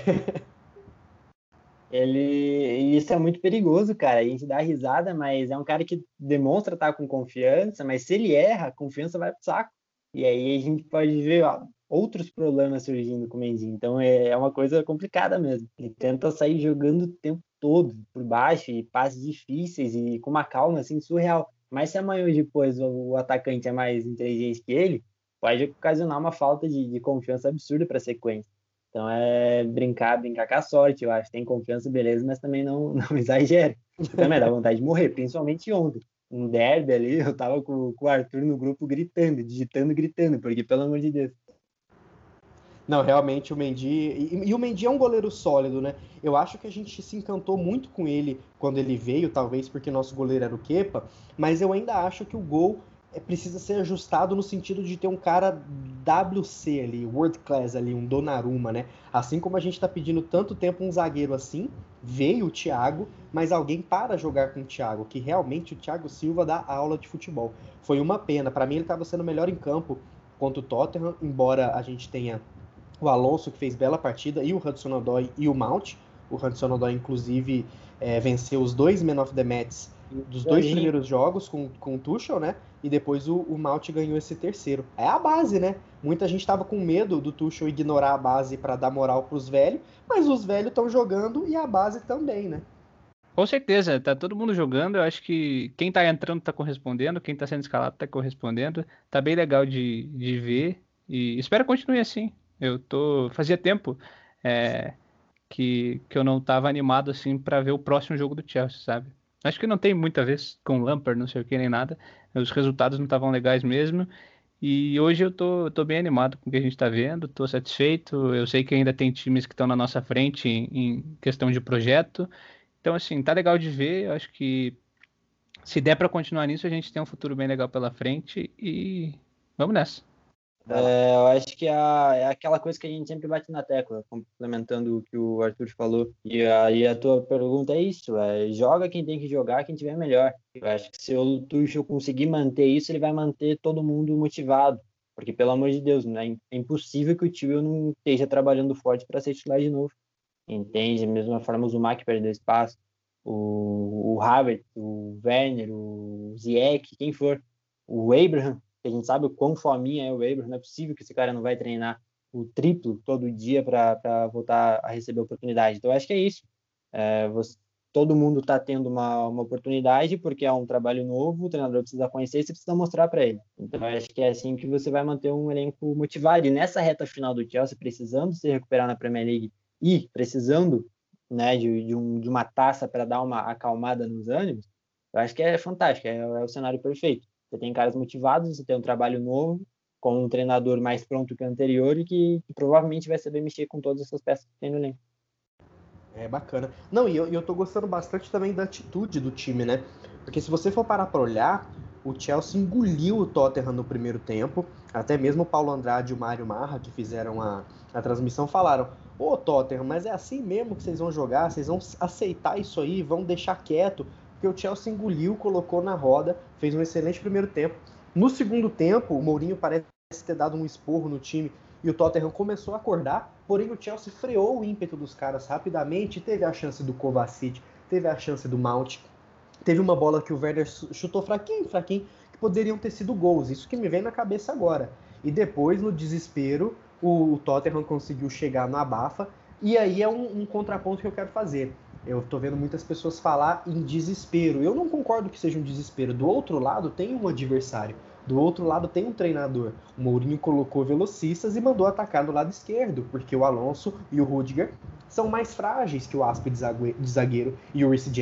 isso é muito perigoso, cara. A gente dá risada, mas é um cara que demonstra estar com confiança, mas se ele erra, a confiança vai pro saco. E aí a gente pode ver, ó, outros problemas surgindo com o Mendy. Então é uma coisa complicada mesmo. Ele tenta sair jogando o tempo todo por baixo e passes difíceis e com uma calma assim surreal. Mas se amanhã ou depois o atacante é mais inteligente que ele, pode ocasionar uma falta de confiança absurda para a sequência. Então é brincar com a sorte, eu acho. Tem confiança, beleza, mas também não, não exagere. Porque também dá vontade de morrer, principalmente ontem. Um derby ali, eu tava com o Arthur no grupo gritando, digitando, gritando, porque pelo amor de Deus. Não, realmente o Mendy. E o Mendy é um goleiro sólido, né? Eu acho que a gente se encantou muito com ele quando ele veio, talvez porque nosso goleiro era o Kepa, mas eu ainda acho que o gol precisa ser ajustado no sentido de ter um cara WC ali, world class ali, um Donnarumma, né? Assim como a gente tá pedindo tanto tempo um zagueiro assim, veio o Thiago, mas alguém para jogar com o Thiago, que realmente o Thiago Silva dá aula de futebol. Foi uma pena, para mim ele estava sendo melhor em campo contra o Tottenham, embora a gente tenha o Alonso, que fez bela partida, e o Hudson-Odoi e o Mount. O Hudson-Odoi, inclusive, venceu os dois Man of the Match dos dois Jorginho, primeiros jogos com o Tuchel, né? E depois o Mount ganhou esse terceiro. É a base, né? Muita gente estava com medo do Tuchel ignorar a base para dar moral para os velhos, mas os velhos estão jogando e a base também, né? Com certeza, tá todo mundo jogando. Eu acho que quem tá entrando tá correspondendo, quem tá sendo escalado tá correspondendo. Tá bem legal de ver e espero que continue assim. Fazia tempo é, que eu não tava animado assim pra ver o próximo jogo do Chelsea, sabe? Acho que não tem muita vez com o Lampard, não sei o que nem nada. Os resultados não estavam legais mesmo. E hoje eu tô bem animado com o que a gente tá vendo, tô satisfeito. Eu sei que ainda tem times que estão na nossa frente em questão de projeto. Então, assim, tá legal de ver. Eu acho que se der pra continuar nisso, a gente tem um futuro bem legal pela frente e vamos nessa. eu acho que é aquela coisa que a gente sempre bate na tecla, complementando o que o Arthur falou. E aí a tua pergunta é isso, joga quem tem que jogar, quem tiver melhor. Eu acho que se o Tuchel conseguir manter isso, ele vai manter todo mundo motivado. Porque, pelo amor de Deus, né? É impossível que o Tuchel não esteja trabalhando forte para ser titular de novo. Entende? Da mesma forma, o Zumak perdeu espaço, o Havertz, o Werner, o Ziyech, quem for, o Abraham, que a gente sabe o quão fominha é o Abraham, não é possível que esse cara não vai treinar o triplo todo dia para voltar a receber oportunidade. Então, acho que é isso. Todo mundo está tendo uma oportunidade porque é um trabalho novo, o treinador precisa conhecer e você precisa mostrar para ele. Então, acho que é assim que você vai manter um elenco motivado. E nessa reta final do Chelsea, precisando se recuperar na Premier League e precisando, né, de uma taça para dar uma acalmada nos ânimos, eu acho que é fantástico, é o cenário perfeito. Você tem caras motivados, você tem um trabalho novo, com um treinador mais pronto que o anterior e que provavelmente vai saber mexer com todas essas peças que tem no elenco. É bacana. Não, e eu tô gostando bastante também da atitude do time, né? Porque se você for parar pra olhar, o Chelsea engoliu o Tottenham no primeiro tempo. Até mesmo o Paulo Andrade e o Mário Marra, que fizeram a transmissão, falaram: Ô Tottenham, mas é assim mesmo que vocês vão jogar? Vocês vão aceitar isso aí? Vão deixar quieto? Porque o Chelsea engoliu, colocou na roda, fez um excelente primeiro tempo. No segundo tempo, o Mourinho parece ter dado um esporro no time e o Tottenham começou a acordar, porém o Chelsea freou o ímpeto dos caras rapidamente, teve a chance do Kovacic, teve a chance do Mount, teve uma bola que o Werner chutou fraquinho, que poderiam ter sido gols, isso que me vem na cabeça agora. E depois, no desespero, o Tottenham conseguiu chegar no abafa, e aí é um contraponto que eu quero fazer. Eu tô vendo muitas pessoas falar em desespero. Eu não concordo que seja um desespero. Do outro lado tem um adversário. Do outro lado tem um treinador. O Mourinho colocou velocistas e mandou atacar do lado esquerdo, porque o Alonso e o Rudiger são mais frágeis que o Aspe de zagueiro e o Reece James.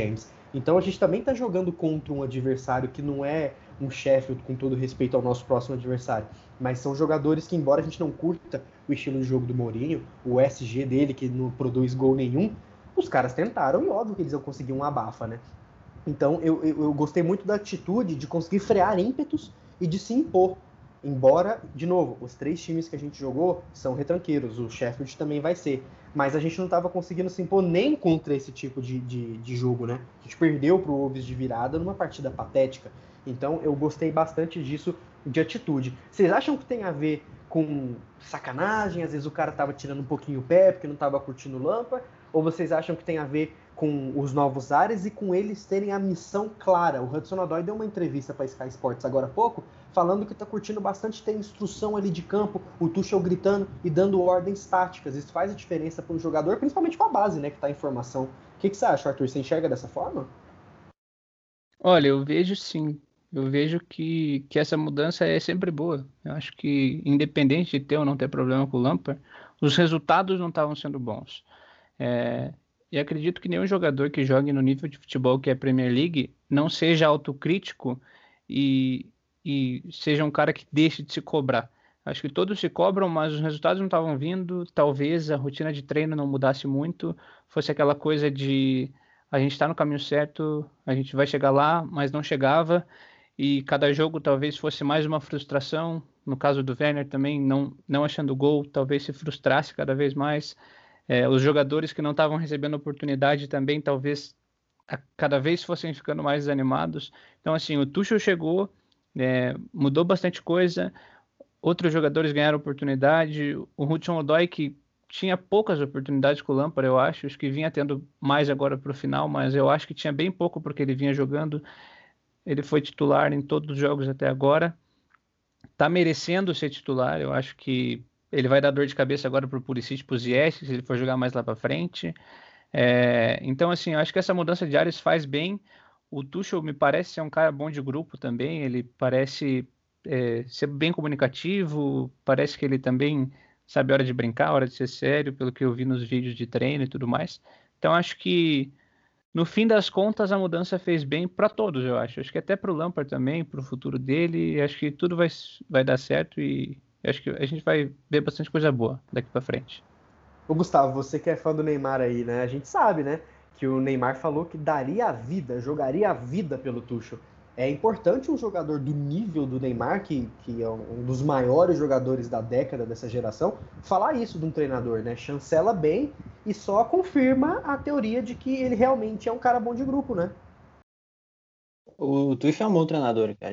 Então a gente também está jogando contra um adversário que não é um Sheffield, com todo respeito ao nosso próximo adversário, mas são jogadores que, embora a gente não curta o estilo de jogo do Mourinho, o SG dele, que não produz gol nenhum, os caras tentaram e óbvio que eles iam conseguir um abafa, né? Então eu gostei muito da atitude de conseguir frear ímpetos e de se impor. Embora, de novo, os 3 times que a gente jogou são retranqueiros, o Sheffield também vai ser. Mas a gente não estava conseguindo se impor nem contra esse tipo de jogo, né? A gente perdeu pro Wolves de virada numa partida patética. Então eu gostei bastante disso, de atitude. Vocês acham que tem a ver com sacanagem? Às vezes o cara estava tirando um pouquinho o pé porque não estava curtindo o Lampard? Ou vocês acham que tem a ver com os novos ares e com eles terem a missão clara? O Hudson-Odoi deu uma entrevista para Sky Sports agora há pouco, falando que está curtindo bastante ter instrução ali de campo, o Tuchel gritando e dando ordens táticas. Isso faz a diferença para o jogador, principalmente com a base, né, que está em formação. O que você acha, Arthur? Você enxerga dessa forma? Olha, eu vejo sim. Eu vejo que essa mudança é sempre boa. Eu acho que, independente de ter ou não ter problema com o Lampard, os resultados não estavam sendo bons. E acredito que nenhum jogador que jogue no nível de futebol que é a Premier League não seja autocrítico e, e seja um cara que deixe de se cobrar. Acho que todos se cobram, mas os resultados não estavam vindo. Talvez a rotina de treino não mudasse muito, fosse aquela coisa de a gente está no caminho certo, a gente vai chegar lá, mas não chegava. E cada jogo talvez fosse mais uma frustração. No caso do Werner também, não achando gol, talvez se frustrasse cada vez mais. Os jogadores que não estavam recebendo oportunidade também, talvez cada vez fossem ficando mais desanimados. Então, assim, o Tuchel chegou, mudou bastante coisa, outros jogadores ganharam oportunidade. O Hudson-Odoi, que tinha poucas oportunidades com o Lampard, eu acho que vinha tendo mais agora para o final, mas eu acho que tinha bem pouco porque ele vinha jogando. Ele foi titular em todos os jogos até agora. Tá merecendo ser titular. Eu acho que ele vai dar dor de cabeça agora pro Pulisic, pro Ziyech, se ele for jogar mais lá para frente. Então, assim, eu acho que essa mudança de áreas faz bem. O Tuchel me parece ser um cara bom de grupo também. Ele parece ser bem comunicativo. Parece que ele também sabe a hora de brincar, a hora de ser sério, pelo que eu vi nos vídeos de treino e tudo mais. Então, acho que no fim das contas, a mudança fez bem para todos, eu acho. Acho que até para o Lampard também, para o futuro dele. Acho que tudo vai dar certo e acho que a gente vai ver bastante coisa boa daqui para frente. Ô Gustavo, você que é fã do Neymar aí, né? A gente sabe, né? Que o Neymar falou que daria a vida, jogaria a vida pelo Tuchel. É importante um jogador do nível do Neymar, que é um dos maiores jogadores da década dessa geração, falar isso de um treinador, né? Chancela bem e só confirma a teoria de que ele realmente é um cara bom de grupo, né? O Tuchel é um bom treinador, cara.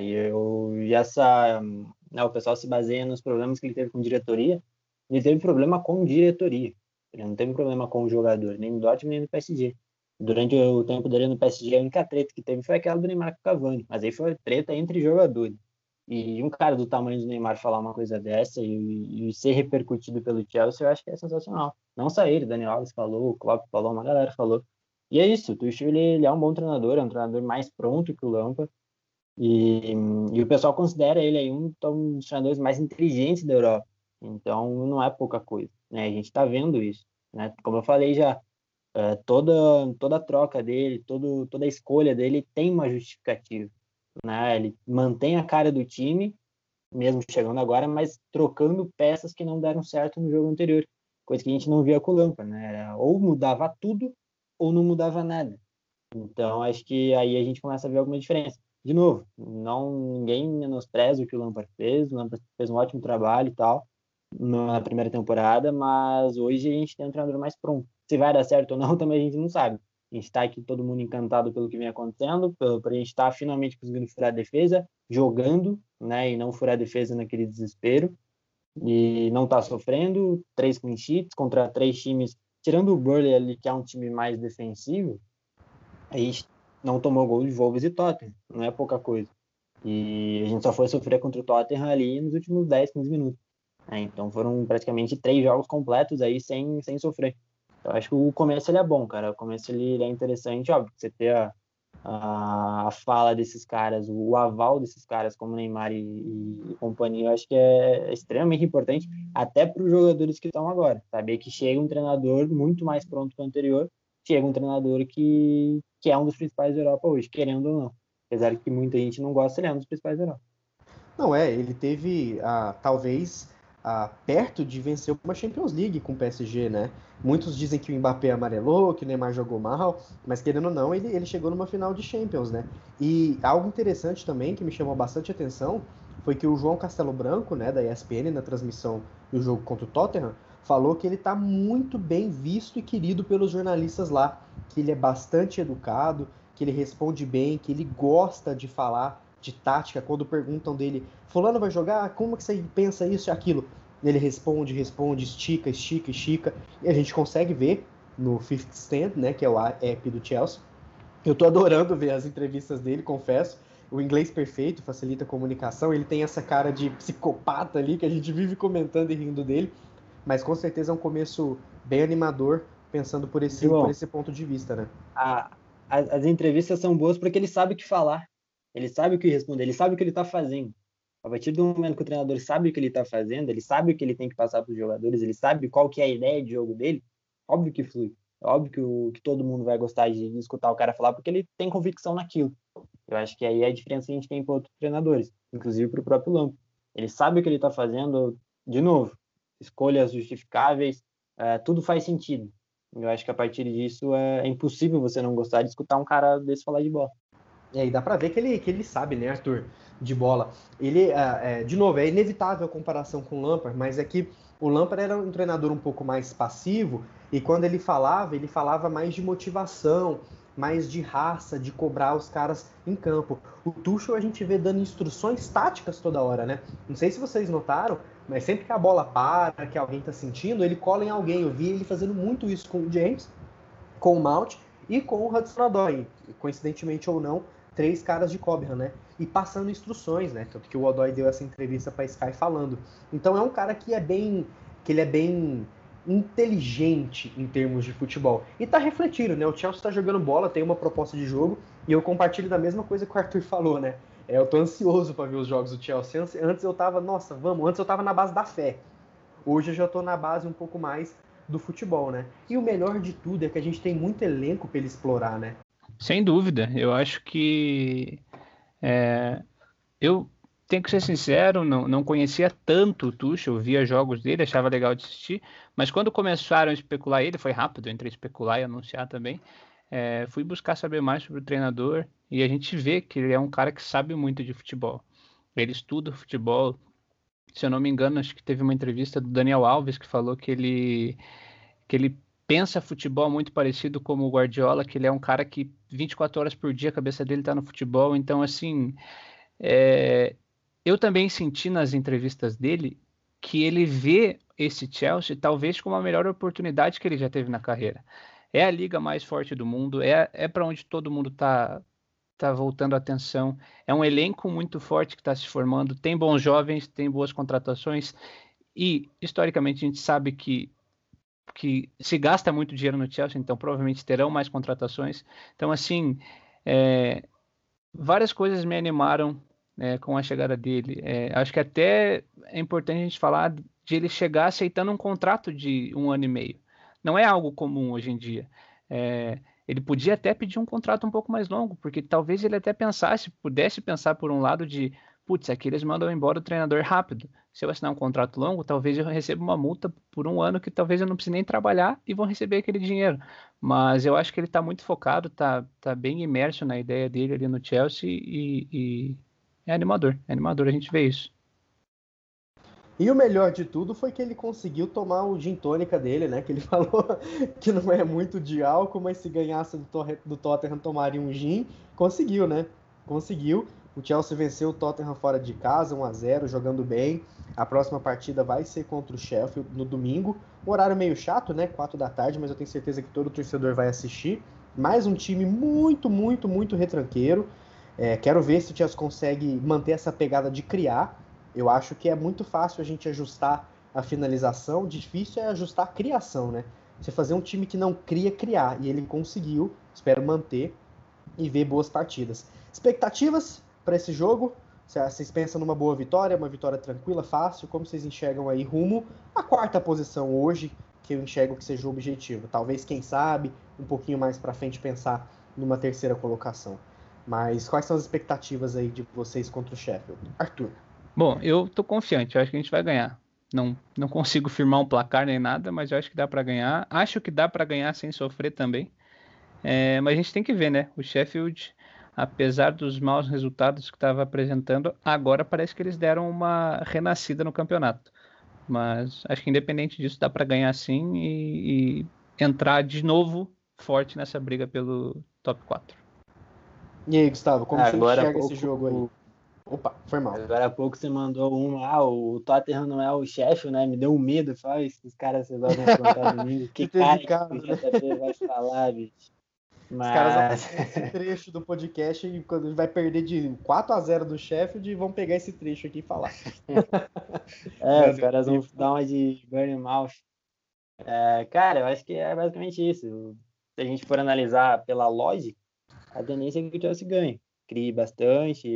O pessoal se baseia nos problemas que ele teve com diretoria. Ele teve problema com diretoria. Ele não teve problema com o jogador, nem no Dortmund, nem no PSG. Durante o tempo dele no PSG, a única treta que teve foi aquela do Neymar com o Cavani. Mas aí foi treta entre jogadores. E um cara do tamanho do Neymar falar uma coisa dessa e ser repercutido pelo Chelsea, eu acho que é sensacional. Não só ele, Dani Alves falou, o Klopp falou, uma galera falou. E é isso, o Tuchel ele é um bom treinador, é um treinador mais pronto que o Lampard. E o pessoal considera ele aí um dos treinadores mais inteligentes da Europa. Então, não é pouca coisa, né? A gente está vendo isso, né? Como eu falei já, toda a troca dele, toda a escolha dele tem uma justificativa, né? Ele mantém a cara do time, mesmo chegando agora, mas trocando peças que não deram certo no jogo anterior, coisa que a gente não via com o Lampard, né? Ou mudava tudo ou não mudava nada. Então, acho que aí a gente começa a ver alguma diferença. De novo, ninguém menospreza o que o Lampard fez. O Lampard fez um ótimo trabalho e tal na primeira temporada, mas hoje a gente tem um treinador mais pronto. Se vai dar certo ou não, também a gente não sabe. A gente está aqui todo mundo encantado pelo que vem acontecendo, por a gente estar finalmente conseguindo furar a defesa, jogando, né, e não furar a defesa naquele desespero, e não está sofrendo. 3 clean sheets contra 3 times, tirando o Burnley ali, que é um time mais defensivo, a gente não tomou gol de Wolves e Tottenham, não é pouca coisa. E a gente só foi sofrer contra o Tottenham ali nos últimos 10, 15 minutos. Então foram praticamente 3 jogos completos aí sem sofrer. Então acho que o começo ele é bom, cara. O começo ele é interessante, óbvio, você ter a fala desses caras, o aval desses caras como Neymar e companhia, eu acho que é extremamente importante até para os jogadores que estão agora. Saber que chega um treinador muito mais pronto que o anterior, chega um treinador que é um dos principais da Europa hoje, querendo ou não. Apesar que muita gente não gosta, ele é um dos principais da Europa. Não, ele teve, talvez, perto de vencer uma Champions League com o PSG, né? Muitos dizem que o Mbappé amarelou, que o Neymar jogou mal, mas querendo ou não, ele chegou numa final de Champions, né? E algo interessante também, que me chamou bastante atenção, foi que o João Castelo Branco, né, da ESPN, na transmissão do jogo contra o Tottenham, falou que ele está muito bem visto e querido pelos jornalistas lá, que ele é bastante educado, que ele responde bem, que ele gosta de falar de tática, quando perguntam dele, fulano vai jogar, como que você pensa isso e aquilo? Ele responde, estica, e a gente consegue ver no Fifth Stand, né, que é o app do Chelsea. Eu tô adorando ver as entrevistas dele, confesso. O inglês perfeito facilita a comunicação, ele tem essa cara de psicopata ali, que a gente vive comentando e rindo dele, mas com certeza é um começo bem animador, pensando por esse ponto de vista, né? As entrevistas são boas porque ele sabe o que falar. Ele sabe o que responder, ele sabe o que ele está fazendo. A partir do momento que o treinador sabe o que ele está fazendo, ele sabe o que ele tem que passar para os jogadores, ele sabe qual que é a ideia de jogo dele, óbvio que flui. É óbvio que todo mundo vai gostar de escutar o cara falar, porque ele tem convicção naquilo. Eu acho que aí é a diferença que a gente tem para outros treinadores, inclusive para o próprio Lampard. Ele sabe o que ele está fazendo, de novo, escolhas justificáveis, tudo faz sentido. Eu acho que a partir disso é impossível você não gostar de escutar um cara desse falar de bola. E dá pra ver que ele sabe, né, Arthur, de bola. Ele, de novo, é inevitável a comparação com o Lampard, mas é que o Lampard era um treinador um pouco mais passivo, e quando ele falava mais de motivação, mais de raça, de cobrar os caras em campo. O Tuchel a gente vê dando instruções táticas toda hora, né? Não sei se vocês notaram, mas sempre que a bola para, que alguém tá sentindo, ele cola em alguém. Eu vi ele fazendo muito isso com o James, com o Mount e com o Hudson-Odoi, coincidentemente ou não, 3 caras de Cobham, né? E passando instruções, né? Tanto que o Odoi deu essa entrevista para Sky falando. Então é um cara que ele é bem inteligente em termos de futebol. E tá refletindo, né? O Chelsea tá jogando bola, tem uma proposta de jogo, e eu compartilho da mesma coisa que o Arthur falou, né? Eu tô ansioso para ver os jogos do Chelsea. Antes eu tava, antes eu tava na base da fé. Hoje eu já tô na base um pouco mais do futebol, né? E o melhor de tudo é que a gente tem muito elenco para ele explorar, né? Sem dúvida, eu acho que eu tenho que ser sincero, não conhecia tanto o Tuchel, via jogos dele, achava legal de assistir, mas quando começaram a especular ele, foi rápido entre especular e anunciar também, fui buscar saber mais sobre o treinador e a gente vê que ele é um cara que sabe muito de futebol. Ele estuda futebol, se eu não me engano, acho que teve uma entrevista do Daniel Alves que falou que ele pensa futebol muito parecido como o Guardiola, que ele é um cara que 24 horas por dia a cabeça dele está no futebol. Então, assim, eu também senti nas entrevistas dele que ele vê esse Chelsea talvez como a melhor oportunidade que ele já teve na carreira. É a liga mais forte do mundo, é para onde todo mundo está voltando a atenção. É um elenco muito forte que está se formando, tem bons jovens, tem boas contratações e, historicamente, a gente sabe que se gasta muito dinheiro no Chelsea, então provavelmente terão mais contratações. Então, assim, várias coisas me animaram com a chegada dele. Acho que até é importante a gente falar de ele chegar aceitando um contrato de 1 ano e meio. Não é algo comum hoje em dia. Ele podia até pedir um contrato um pouco mais longo, porque talvez ele até pudesse pensar por um lado de, putz, aqui eles mandam embora o treinador rápido. Se eu assinar um contrato longo, talvez eu receba uma multa por 1 ano que talvez eu não precise nem trabalhar e vou receber aquele dinheiro. Mas eu acho que ele está muito focado, tá bem imerso na ideia dele ali no Chelsea e é animador a gente vê isso. E o melhor de tudo foi que ele conseguiu tomar o gin tônica dele, né? Que ele falou que não é muito de álcool, mas se ganhasse do Tottenham tomaria um gin. Conseguiu, né? Conseguiu. O Chelsea venceu o Tottenham fora de casa, 1-0, jogando bem. A próxima partida vai ser contra o Sheffield no domingo. Um horário meio chato, né? 4 da tarde, mas eu tenho certeza que todo torcedor vai assistir. Mais um time muito, muito, muito retranqueiro. Quero ver se o Chelsea consegue manter essa pegada de criar. Eu acho que é muito fácil a gente ajustar a finalização, difícil é ajustar a criação, né? Você fazer um time que não cria, criar. E ele conseguiu, espero manter e ver boas partidas. Expectativas para esse jogo? Vocês pensam numa boa vitória, uma vitória tranquila, fácil? Como vocês enxergam aí rumo à 4ª posição hoje, que eu enxergo que seja o objetivo. Talvez, quem sabe, um pouquinho mais para frente pensar numa terceira colocação. Mas quais são as expectativas aí de vocês contra o Sheffield? Arthur. Bom, eu tô confiante, eu acho que a gente vai ganhar. Não consigo firmar um placar nem nada, mas eu acho que dá para ganhar. Acho que dá para ganhar sem sofrer também. Mas a gente tem que ver, né? O Sheffield, apesar dos maus resultados que estava apresentando, agora parece que eles deram uma renascida no campeonato. Mas acho que independente disso, dá para ganhar sim e entrar de novo forte nessa briga pelo top 4. E aí, Gustavo, como você enxerga pouco, esse jogo aí? Opa, foi mal. Agora há pouco você mandou o Tottenham não é o Sheffield, né? Me deu um medo. Fala, esses caras vocês vão afrontar domingo. Que cara que o JP vai falar, bicho. Os caras vão pegar esse trecho do podcast e quando vai perder de 4-0 do Sheffield, vão pegar esse trecho aqui e falar. Os caras vão dar uma de burn mouth. Cara, eu acho que é basicamente isso. Se a gente for analisar pela lógica, a tendência é que o Chelsea ganhe. Crie bastante,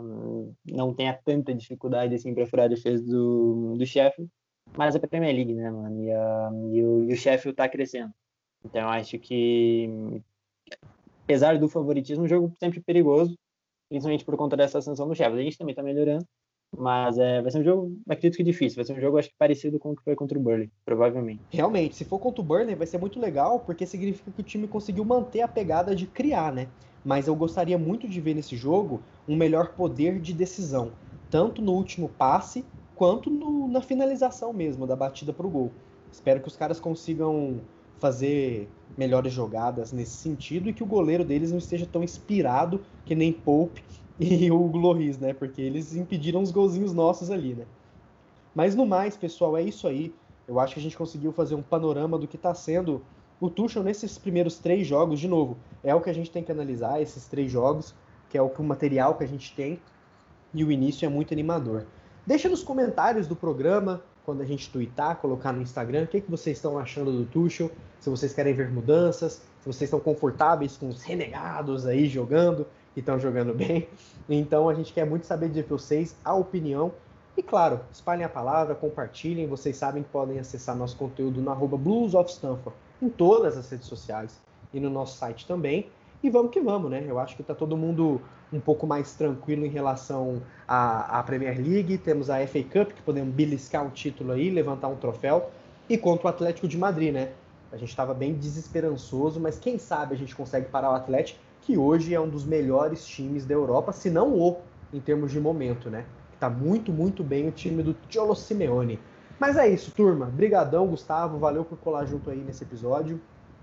não tenha tanta dificuldade assim para furar a defesa do Sheffield, mas a Premier League, né, mano? E o Sheffield tá crescendo. Então eu acho que, apesar do favoritismo, um jogo sempre perigoso, principalmente por conta dessa ascensão do Sheffield. A gente também tá melhorando, mas vai ser um jogo, acredito que difícil. Vai ser um jogo, acho que parecido com o que foi contra o Burnley, provavelmente. Realmente, se for contra o Burnley, vai ser muito legal, porque significa que o time conseguiu manter a pegada de criar, né? Mas eu gostaria muito de ver nesse jogo um melhor poder de decisão, tanto no último passe, quanto na finalização mesmo, da batida para o gol. Espero que os caras consigam fazer melhores jogadas nesse sentido e que o goleiro deles não esteja tão inspirado que nem Pope e o Lloris, né? Porque eles impediram os golzinhos nossos ali, né? Mas no mais, pessoal, é isso aí. Eu acho que a gente conseguiu fazer um panorama do que está sendo o Tuchel nesses primeiros 3 jogos. De novo, é o que a gente tem que analisar, esses 3 jogos, que é o material que a gente tem, e o início é muito animador. Deixa nos comentários do programa, quando a gente tweetar, colocar no Instagram, o que vocês estão achando do Tuchel, se vocês querem ver mudanças, se vocês estão confortáveis com os renegados aí jogando, que estão jogando bem. Então a gente quer muito saber de vocês a opinião. E claro, espalhem a palavra, compartilhem, vocês sabem que podem acessar nosso conteúdo no @bluesofstanford em todas as redes sociais e no nosso site também. E vamos que vamos, né? Eu acho que está todo mundo um pouco mais tranquilo em relação à Premier League. Temos a FA Cup, que podemos beliscar um título aí, levantar um troféu. E contra o Atlético de Madrid, né? A gente estava bem desesperançoso, mas quem sabe a gente consegue parar o Atlético, que hoje é um dos melhores times da Europa, se não em termos de momento, né? Tá muito, muito bem o time do Cholo Simeone. Mas é isso, turma. Brigadão, Gustavo. Valeu por colar junto aí nesse episódio.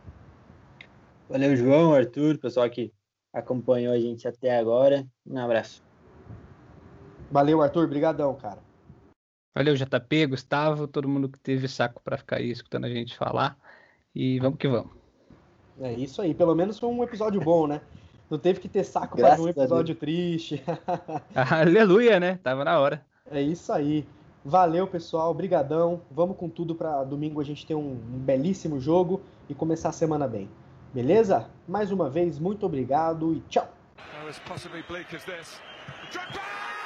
Valeu, João, Arthur, pessoal que acompanhou a gente até agora. Um abraço. Valeu, Arthur. Brigadão, cara. Valeu, JP, Gustavo, todo mundo que teve saco para ficar aí escutando a gente falar. E vamos que vamos. É isso aí. Pelo menos foi um episódio bom, né? Não teve que ter saco para um episódio triste. Aleluia, né? Tava na hora. É isso aí. Valeu, pessoal. Brigadão. Vamos com tudo para domingo a gente ter um belíssimo jogo e começar a semana bem. Beleza? Mais uma vez, muito obrigado e tchau.